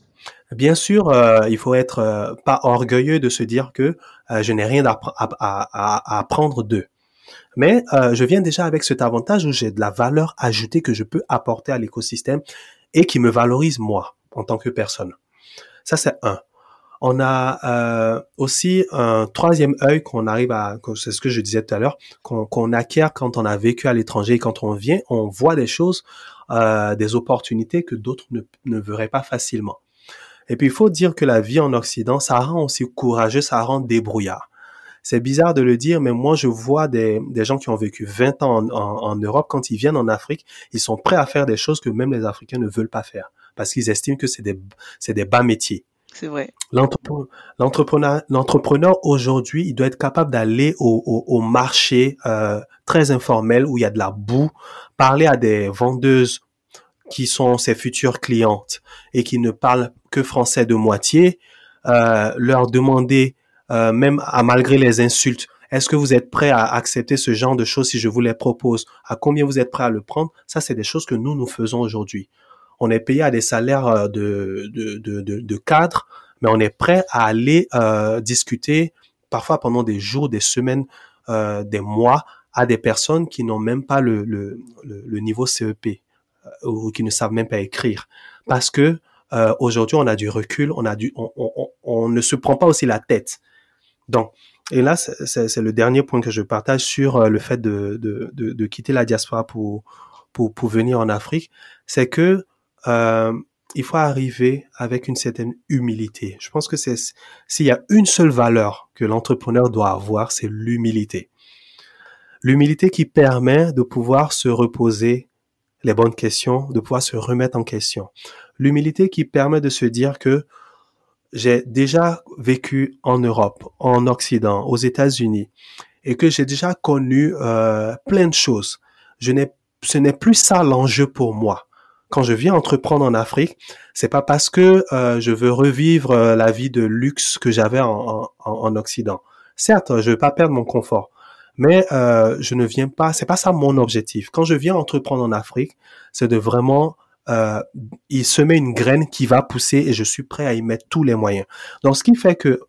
Bien sûr, euh, il faut être euh, pas orgueilleux de se dire que euh, je n'ai rien à, à, à, à apprendre d'eux. Mais euh, je viens déjà avec cet avantage où j'ai de la valeur ajoutée que je peux apporter à l'écosystème et qui me valorise moi en tant que personne. Ça, c'est un. On a euh, aussi un troisième œil qu'on arrive à, c'est ce que je disais tout à l'heure, qu'on, qu'on acquiert quand on a vécu à l'étranger et quand on vient, on voit des choses, euh, des opportunités que d'autres ne, ne verraient pas facilement. Et puis, il faut dire que la vie en Occident, ça rend aussi courageux, ça rend débrouillard. C'est bizarre de le dire, mais moi, je vois des, des gens qui ont vécu vingt ans en, en, en Europe, quand ils viennent en Afrique, ils sont prêts à faire des choses que même les Africains ne veulent pas faire parce qu'ils estiment que c'est des, c'est des bas métiers. C'est vrai. L'entrepreneur, l'entrepreneur, l'entrepreneur aujourd'hui, il doit être capable d'aller au, au, au marché euh, très informel où il y a de la boue, parler à des vendeuses qui sont ses futures clientes et qui ne parlent que français de moitié, euh, leur demander, euh, même à malgré les insultes, est-ce que vous êtes prêt à accepter ce genre de choses si je vous les propose? À combien vous êtes prêt à le prendre? Ça, c'est des choses que nous, nous faisons aujourd'hui. On est payé à des salaires de, de, de, de, de cadres, mais on est prêt à aller euh, discuter parfois pendant des jours, des semaines, euh, des mois à des personnes qui n'ont même pas le, le, le, le niveau C E P euh, ou qui ne savent même pas écrire. Parce que euh, aujourd'hui, on a du recul, on, a du, on, on, on ne se prend pas aussi la tête. Donc, et là, c'est, c'est, c'est le dernier point que je partage sur le fait de, de, de, de quitter la diaspora pour, pour, pour venir en Afrique, c'est que Euh, il faut arriver avec une certaine humilité. Je pense que c'est s'il y a une seule valeur que l'entrepreneur doit avoir, c'est l'humilité. L'humilité qui permet de pouvoir se reposer les bonnes questions, de pouvoir se remettre en question. L'humilité qui permet de se dire que j'ai déjà vécu en Europe, en Occident, aux États-Unis, et que j'ai déjà connu euh, plein de choses. Je n'ai, ce n'est plus ça l'enjeu pour moi. Quand je viens entreprendre en Afrique, c'est pas parce que euh, je veux revivre euh, la vie de luxe que j'avais en, en, en Occident. Certes, je veux pas perdre mon confort, mais euh, je ne viens pas. C'est pas ça mon objectif. Quand je viens entreprendre en Afrique, c'est de vraiment euh, y semer une graine qui va pousser et je suis prêt à y mettre tous les moyens. Donc, ce qui fait que,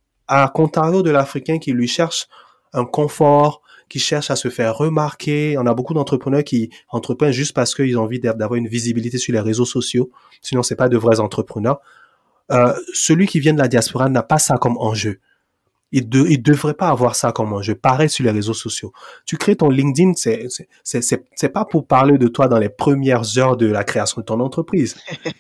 à contrario de l'Africain qui lui cherche un confort, qui cherchent à se faire remarquer. On a beaucoup d'entrepreneurs qui entreprennent juste parce qu'ils ont envie d'avoir une visibilité sur les réseaux sociaux. Sinon, c'est pas de vrais entrepreneurs. Euh, celui qui vient de la diaspora n'a pas ça comme enjeu. Il ne il devrait pas avoir ça comme enjeu. Pareil sur les réseaux sociaux. Tu crées ton LinkedIn, c'est, c'est, c'est, c'est pas pour parler de toi dans les premières heures de la création de ton entreprise.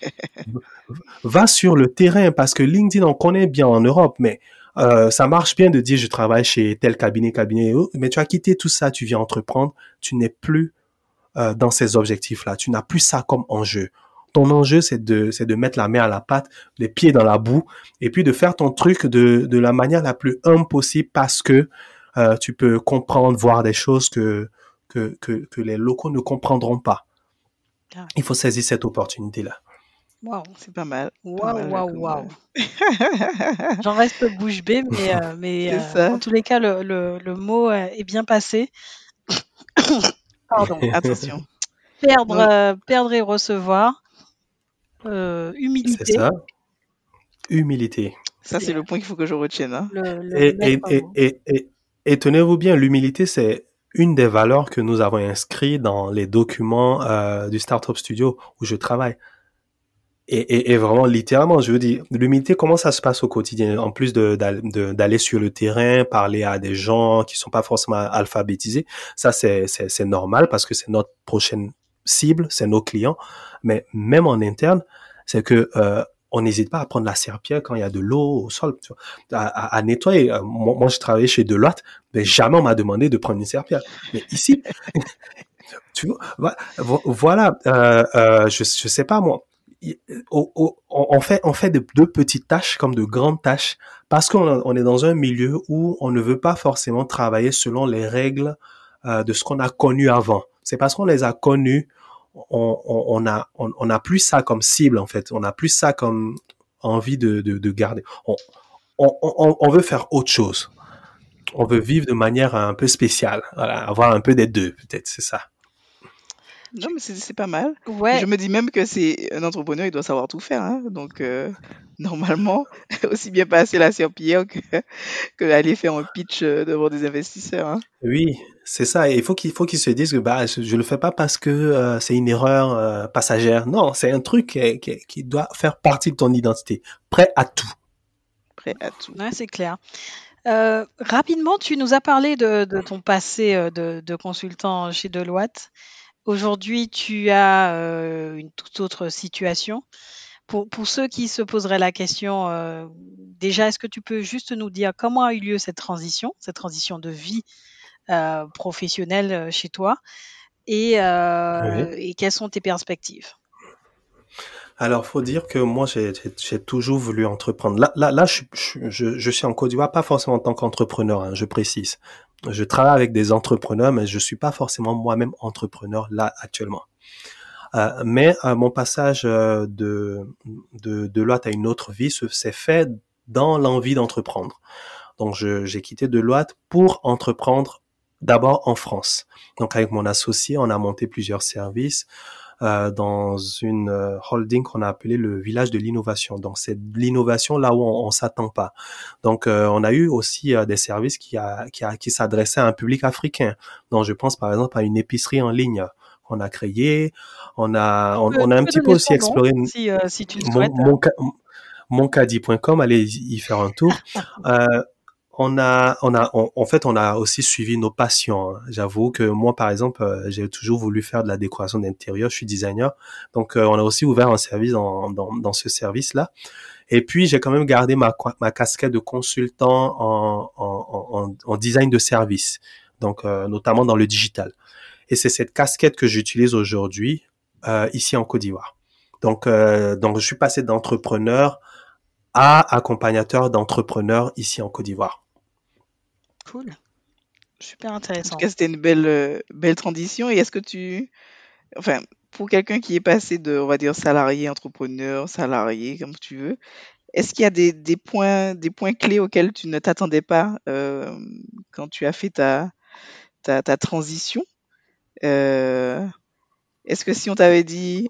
Va sur le terrain parce que LinkedIn, on connaît bien en Europe, mais Euh, ça marche bien de dire je travaille chez tel cabinet, cabinet, mais tu as quitté tout ça, tu viens entreprendre, tu n'es plus euh, dans ces objectifs-là, tu n'as plus ça comme enjeu. Ton enjeu, c'est de, c'est de mettre la main à la pâte, les pieds dans la boue, et puis de faire ton truc de, de la manière la plus humble possible parce que euh, tu peux comprendre, voir des choses que, que, que, que les locaux ne comprendront pas. Il faut saisir cette opportunité-là. Waouh, c'est pas mal. Waouh, waouh, waouh. J'en reste bouche bée, mais, euh, mais euh, en tous les cas, le, le, le mot est bien passé. Pardon, attention. Perdre, euh, perdre et recevoir. Euh, humilité. C'est ça. Humilité. Ça, c'est, c'est le point qu'il faut que je retienne. Hein. Le, le et, et, et, et, et, et tenez-vous bien, l'humilité, c'est une des valeurs que nous avons inscrites dans les documents euh, du Startup Studio où je travaille. Et, et, et vraiment, littéralement, je veux dire, l'humilité, comment ça se passe au quotidien? En plus de, de, d'aller sur le terrain, parler à des gens qui sont pas forcément alphabétisés, ça, c'est, c'est, c'est normal parce que c'est notre prochaine cible, c'est nos clients. Mais même en interne, c'est que euh, on n'hésite pas à prendre la serpillère quand il y a de l'eau au sol, tu vois, à, à, à nettoyer. Moi, moi, je travaillais chez Deloitte, mais jamais on m'a demandé de prendre une serpillère. Mais ici, tu vois, voilà, euh, euh, je, je sais pas moi. On fait, on fait de, de petites tâches comme de grandes tâches parce qu'on on est dans un milieu où on ne veut pas forcément travailler selon les règles euh, de ce qu'on a connu avant. C'est parce qu'on les a connus, on, on, on a, on, on a plus ça comme cible en fait. On a plus ça comme envie de, de, de garder. On, on, on, on veut faire autre chose. On veut vivre de manière un peu spéciale. Voilà, avoir un peu des deux peut-être, c'est ça. Non, mais c'est c'est pas mal. Ouais. Je me dis même que c'est un entrepreneur, il doit savoir tout faire, hein. Donc, euh, normalement, aussi bien passer la serpillière que, que aller faire un pitch euh, devant des investisseurs, hein. Oui, c'est ça. Et il faut qu'il faut qu'ils se disent que bah je, je le fais pas parce que euh, c'est une erreur euh, passagère. Non, c'est un truc qui, qui, qui doit faire partie de ton identité. Prêt à tout. Prêt à tout. Ouais, c'est clair. Euh, rapidement, tu nous as parlé de, de ton passé euh, de, de consultant chez Deloitte. Aujourd'hui, tu as euh, une toute autre situation. Pour, pour ceux qui se poseraient la question, euh, déjà, est-ce que tu peux juste nous dire comment a eu lieu cette transition, cette transition de vie euh, professionnelle euh, chez toi et, euh, Oui. et quelles sont tes perspectives? Alors, faut dire que moi, j'ai j'ai- j'ai toujours voulu entreprendre. Là, là, là, je, je, je, je suis en Côte d'Ivoire, pas forcément en tant qu'entrepreneur, hein, je précise. Je travaille avec des entrepreneurs, mais je suis pas forcément moi-même entrepreneur là actuellement. Euh, mais euh, mon passage euh, de de Deloitte à une autre vie se- s'est fait dans l'envie d'entreprendre. Donc, je- j'ai quitté Deloitte pour entreprendre d'abord en France. Donc, avec mon associé, on a monté plusieurs services euh, dans une euh, holding qu'on a appelé le village de l'innovation. Donc, c'est de l'innovation là où on, on s'attend pas. Donc, euh, on a eu aussi euh, des services qui, a, qui, a, qui s'adressaient à un public africain. Donc, je pense par exemple à une épicerie en ligne qu'on a créée. On a, on, Tu peux, on a tu un peux petit peu donner aussi son nom exploré si, euh, si tu le mon, souhaites. mon, moncadi point com, allez y faire un tour. Euh, on a, on a, on- en fait, on a aussi suivi nos passions, hein. J'avoue que moi, par exemple, euh, j'ai toujours voulu faire de la décoration d'intérieur. Je suis designer, donc euh, on a aussi ouvert un service dans, dans, dans ce service-là. Et puis, j'ai quand même gardé ma, ma casquette de consultant en, en, en, en design de service, donc euh, notamment dans le digital. Et c'est cette casquette que j'utilise aujourd'hui euh, ici en Côte d'Ivoire. Donc, euh, donc, je suis passé d'entrepreneur à accompagnateur d'entrepreneurs ici en Côte d'Ivoire. Cool, super En tout intéressant. cas, c'était une belle, euh, belle transition. Et est-ce que tu, enfin, pour quelqu'un qui est passé de, on va dire, salarié, entrepreneur, salarié, comme tu veux, est-ce qu'il y a des, des points, des points clés auxquels tu ne t'attendais pas euh, quand tu as fait ta, ta, ta transition? Euh, Est-ce que si on t'avait dit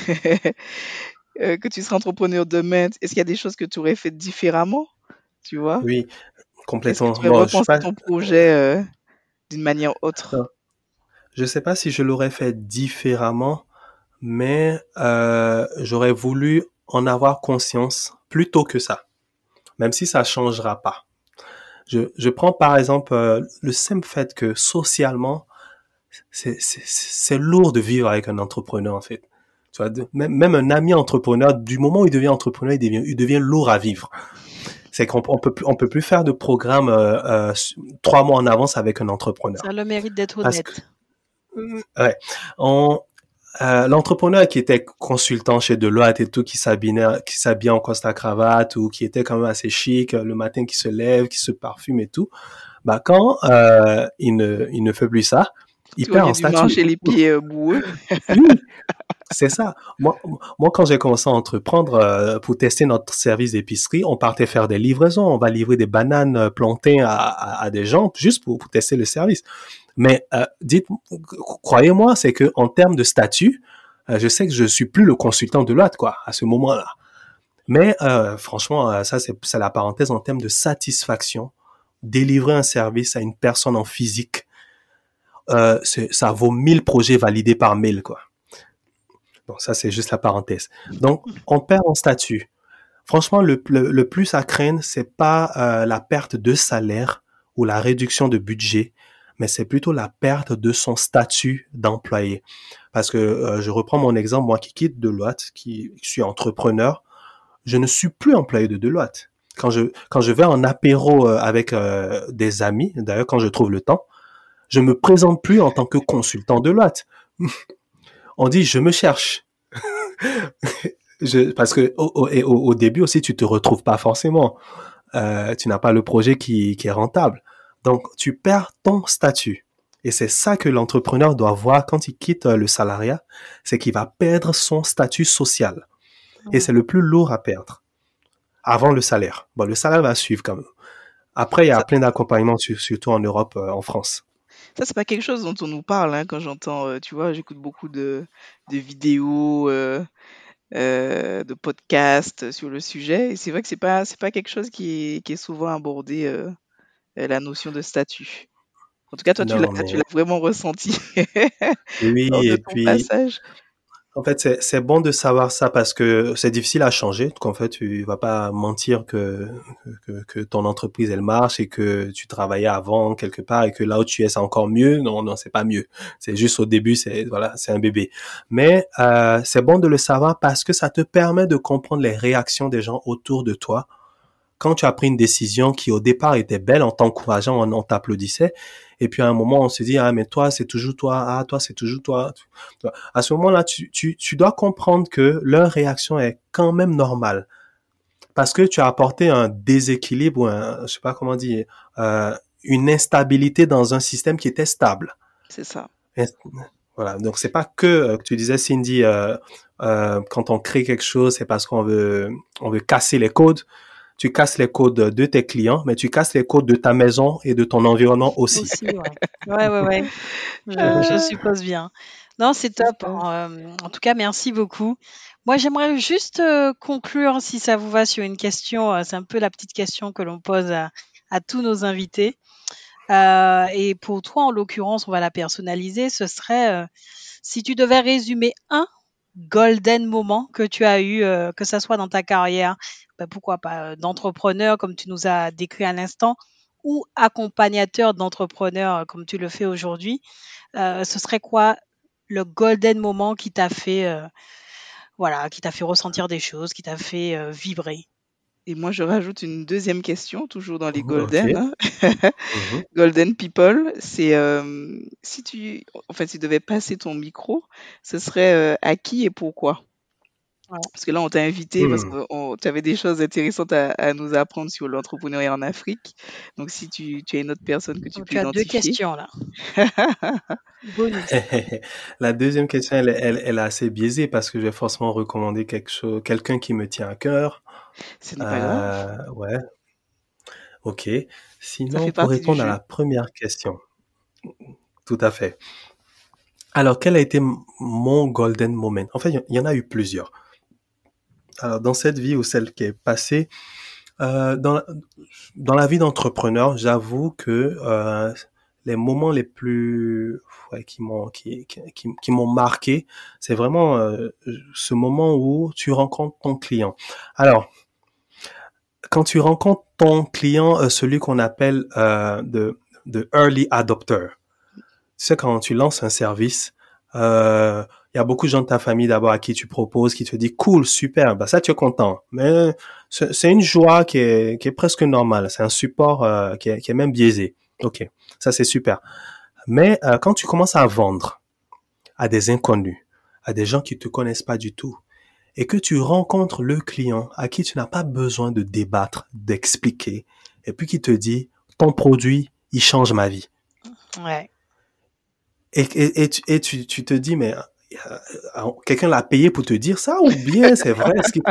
euh, que tu serais entrepreneur demain, est-ce qu'il y a des choses que tu aurais fait différemment, tu vois? Oui, Est-ce que complètement. tu aurais Bon, je sais repensé pas, ton projet euh, d'une manière autre? je sais pas si je l'aurais fait différemment, mais euh, j'aurais voulu en avoir conscience plus tôt que ça, même si ça changera pas. Je, je prends par exemple euh, le simple fait que socialement, c'est, c'est, c'est lourd de vivre avec un entrepreneur en fait. Tu vois, de- même, même un ami entrepreneur, du moment où il devient entrepreneur, il devient, il devient lourd à vivre. C'est qu'on on peut plus, on peut plus faire de programme euh, euh, trois mois en avance avec un entrepreneur. Ça a le mérite d'être Parce que, honnête. ouais, on, euh, l'entrepreneur qui était consultant chez Deloitte et tout, qui s'habillait, qui s'habillait en costard cravate ou qui était quand même assez chic, le matin qui se lève, qui se parfume et tout, bah quand euh, il ne, il ne fait plus ça, il Tu perd reviens en du statut. marché les pieds euh, boueux. Oui, c'est ça. Moi, moi, quand j'ai commencé à entreprendre euh, pour tester notre service d'épicerie, on partait faire des livraisons. On va livrer des bananes euh, plantains à, à, à des gens juste pour, pour tester le service. Mais euh, dites, croyez-moi, c'est que en termes de statut, euh, je sais que je suis plus le consultant de l'autre, quoi, à ce moment-là. Mais euh, franchement, euh, ça c'est, c'est la parenthèse en termes de satisfaction. Délivrer un service à une personne en physique, euh, c'est, ça vaut mille projets validés par mail, quoi. Bon, ça, c'est juste la parenthèse. Donc, on perd en statut. Franchement, le, le, le plus à craindre, c'est pas euh, la perte de salaire ou la réduction de budget, mais c'est plutôt la perte de son statut d'employé. Parce que euh, je reprends mon exemple, moi qui quitte Deloitte, qui, qui suis entrepreneur, je ne suis plus employé de Deloitte. Quand je quand je vais en apéro euh, avec euh, des amis, d'ailleurs quand je trouve le temps, je me présente plus en tant que consultant Deloitte. On dit je me cherche. Je, parce que au, au, au, au début aussi, tu te retrouves pas forcément. Euh, tu n'as pas le projet qui, qui est rentable. Donc, tu perds ton statut. Et c'est ça que l'entrepreneur doit voir quand il quitte le salariat, c'est qu'il va perdre son statut social. Et c'est le plus lourd à perdre. Avant le salaire. Bon, le salaire va suivre quand même. Après, il y a Ça, plein d'accompagnements, surtout en Europe, euh, en France. Ça, c'est pas quelque chose dont on nous parle, hein, quand j'entends, euh, tu vois, j'écoute beaucoup de, de vidéos, euh, euh, de podcasts sur le sujet. Et c'est vrai que c'est pas, c'est pas quelque chose qui est, qui est souvent abordé, euh, euh, la notion de statut. En tout cas, toi, tu l'as, Non, tu mais l'as vraiment ressenti lors oui, de et ton puis passage. en fait, c'est c'est bon de savoir ça parce que c'est difficile à changer. Donc en fait, tu vas pas mentir que que, que ton entreprise elle marche et que tu travaillais avant quelque part et que là où tu es c'est encore mieux. Non, non, c'est pas mieux. C'est juste au début, c'est voilà, c'est un bébé. Mais euh, c'est bon de le savoir parce que ça te permet de comprendre les réactions des gens autour de toi. Quand tu as pris une décision qui au départ était belle, on t'encourageant, on, on t'applaudissait, et puis à un moment on se dit ah mais toi c'est toujours toi, ah toi c'est toujours toi. À ce moment-là, tu, tu, tu dois comprendre que leur réaction est quand même normale parce que tu as apporté un déséquilibre ou un, je sais pas comment dire, euh, une instabilité dans un système qui était stable. C'est ça. Voilà, donc c'est pas que, euh, que tu disais Cindy, euh, euh, quand on crée quelque chose, c'est parce qu'on veut on veut casser les codes. Tu casses les codes de tes clients, mais tu casses les codes de ta maison et de ton environnement aussi. Aussi, ouais. Ouais, ouais, ouais. Je, je Ah, suppose bien. Non, c'est c'est top. ça. Euh, en tout cas, merci beaucoup. Moi, j'aimerais juste euh, conclure, si ça vous va, sur une question. euh, C'est un peu la petite question que l'on pose à, à tous nos invités. Euh, et pour toi, en l'occurrence, on va la personnaliser. Ce serait, euh, si tu devais résumer un golden moment que tu as eu, euh, que ça soit dans ta carrière, ben, pourquoi pas euh, d'entrepreneur, comme tu nous as décrit à l'instant, ou accompagnateur d'entrepreneurs, euh, comme tu le fais aujourd'hui, euh, ce serait quoi le golden moment qui t'a fait, euh, voilà, qui t'a fait ressentir des choses, qui t'a fait euh, vibrer? Et moi, je rajoute une deuxième question, toujours dans les Ok. golden, hein. Mhm. Golden People, c'est euh, si tu, en fait, si tu devais passer ton micro, ce serait euh, à qui et pourquoi? Ouais. Parce que là, on t'a invité parce Hmm. que tu avais des choses intéressantes à, à nous apprendre sur l'entrepreneuriat en Afrique. Donc, si tu, tu as une autre personne que tu Donc, peux tu as deux identifier. questions là. Bonus. La deuxième question, elle, est- elle, elle est assez biaisée parce que je vais forcément recommander quelque chose, quelqu'un qui me tient à cœur. Ce n'est pas grave, Euh, ouais, ok. ça Sinon, fait pour partie du répondre à jeu. la première question, tout à fait. Alors, quel a été m- mon golden moment? En fait, il y, il y en a eu plusieurs. Alors, dans cette vie ou celle qui est passée, euh, dans, la- dans la vie d'entrepreneur, j'avoue que euh, les moments les plus ouais, qui m'ont qui, qui, qui, qui m'ont marqué, c'est vraiment euh, ce moment où tu rencontres ton client. Alors, quand tu rencontres ton client, euh, celui qu'on appelle euh, de, de early adopter, tu sais, quand tu lances un service, euh, il y a beaucoup de gens de ta famille d'abord à qui tu proposes, qui te disent cool, super, bah ça tu es content. Mais c'est c'est une joie qui est, qui est presque normale. C'est un support euh, qui, est, qui est même biaisé. Ok, ça c'est super. Mais euh, quand tu commences à vendre à des inconnus, à des gens qui te connaissent pas du tout, et que tu rencontres le client à qui tu n'as pas besoin de débattre, d'expliquer, et puis qui te dit ton produit, il change ma vie. Ouais. Et, et, et, tu, et tu, tu te dis, mais euh, quelqu'un l'a payé pour te dire ça ou bien c'est vrai? Est-ce que...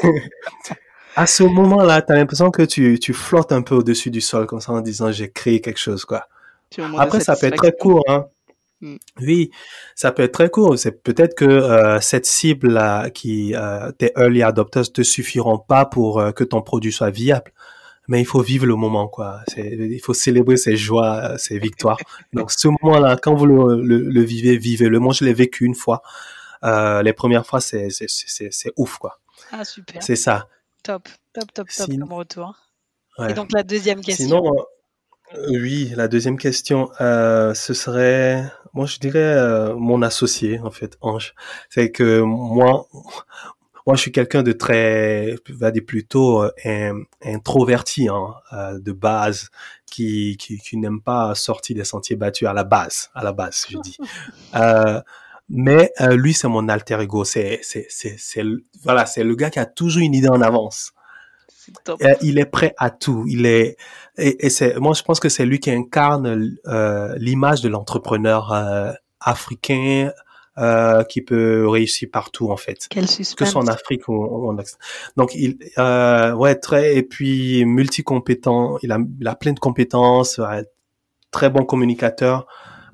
À ce moment-là, tu as l'impression que tu, tu flottes un peu au-dessus du sol comme ça en disant j'ai créé quelque chose, quoi. C'est un moment de Après, ça peut être très satisfaction. court, hein. Mm. Oui, ça peut être très court. C'est peut-être que euh, cette cible-là, qui euh, tes early adopters, te suffiront pas pour euh, que ton produit soit viable. Mais il faut vivre le moment, quoi. C'est, il faut célébrer ses joies, ses victoires. Donc, ce moment-là, quand vous le, le, le vivez, vivez-le. Moi, je l'ai vécu une fois. Euh, les premières fois, c'est, c'est, c'est, c'est ouf, quoi. Ah, super. C'est ça. Top, top, top, top Sin- comme retour. Et ouais. donc, la deuxième question. Sinon, euh, oui, la deuxième question, euh, ce serait, moi, je dirais euh, mon associé, en fait, Ange. C'est que moi, moi, je suis quelqu'un de très, va dire plutôt euh, in- introverti, hein, euh, de base, qui, qui, qui n'aime pas sortir des sentiers battus à la base, à la base, je dis. Euh, mais euh, lui, c'est mon alter ego. C'est, c'est, c'est, c'est, le- voilà, c'est le gars qui a toujours une idée en avance. C'est top. Euh, il est prêt à tout. Il est, et, et c'est, moi, je pense que c'est lui qui incarne euh, l'image de l'entrepreneur euh, africain euh, qui peut réussir partout, en fait, Quel que ce suspense. soit en Afrique ou ou en Occident. Donc, il, euh, ouais, très, et puis multicompétent. Il a, il a plein de compétences, ouais, très bon communicateur.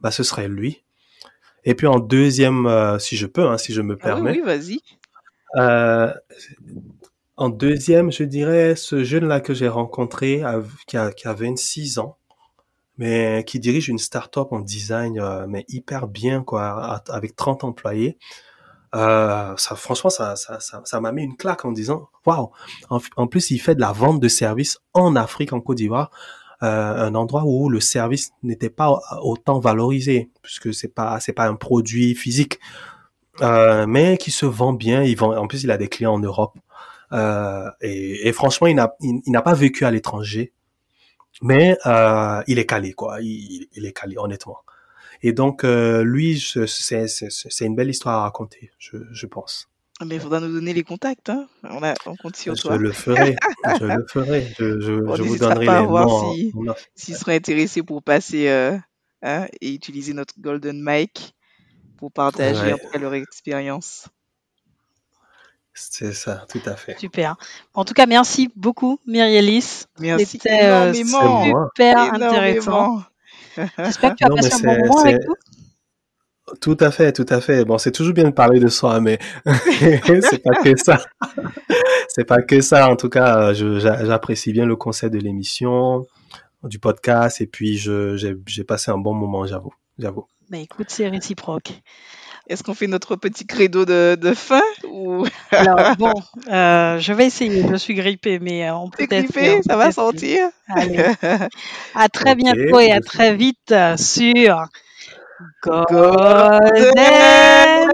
bah ce serait lui. Et puis en deuxième, euh, si je peux, hein, si je me Ah oui, permets, oui, vas-y. euh, en deuxième, je dirais ce jeune-là que j'ai rencontré, av- qui a, qui a vingt-six ans, mais qui dirige une start-up en design, euh, mais hyper bien, quoi, à- avec trente employés. Euh, ça, franchement, ça, ça, ça, ça m'a mis une claque en disant, waouh! En, en plus, il fait de la vente de services en Afrique, en Côte d'Ivoire, euh, un endroit où le service n'était pas autant valorisé, puisque c'est pas, c'est pas un produit physique, euh, mais qui se vend bien. Il vend, en plus, il a des clients en Europe. Euh, et, et franchement, il n'a, il, il n'a pas vécu à l'étranger, mais euh, il est calé, quoi. Il, il est calé, honnêtement. Et donc, euh, lui, je- c'est, c'est, c'est une belle histoire à raconter, je, je pense. Mais il faudra nous donner les contacts, hein. On a, on compte sur Je toi. le ferai, je le ferai. Je, je, On je vous n'hésitera donnerai pas à les voir noms en, si, en- s'ils seraient intéressés pour passer euh, hein, et utiliser notre Golden Mic pour partager en Ouais, tout cas leur expérience. c'est ça, tout à fait. Super. En tout cas, merci beaucoup, Myriélis. Merci C'était euh, C'est énormément, moi. super intéressant. énormément. J'espère que tu as Non, mais passé un bon c'est, moment avec c'est, nous. tout à fait, tout à fait. Bon, c'est toujours bien de parler de soi, mais c'est pas que ça. C'est pas que ça. En tout cas, je, j'a- j'apprécie bien le concept de l'émission, du podcast, et puis je, j'ai, j'ai passé un bon moment, j'avoue, j'avoue. Bah, écoute, c'est réciproque. Est-ce qu'on fait notre petit credo de, de fin ou Alors, bon, euh, je vais essayer. Je suis grippée, mais euh, on peut t'es tester. grippé? On Ça peut va tester. sortir? Allez, à très Ok, bientôt et à je- très vite euh, sur Golden Golden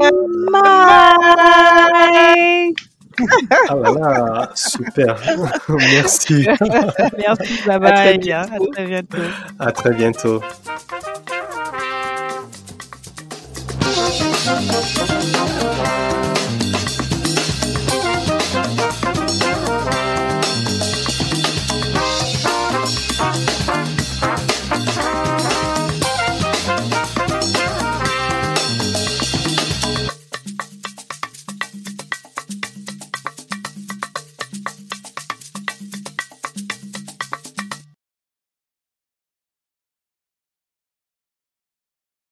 Mike. ah là là, super. Merci. Merci, bye À très bye. À bientôt. très bientôt. À très bientôt. Thank you.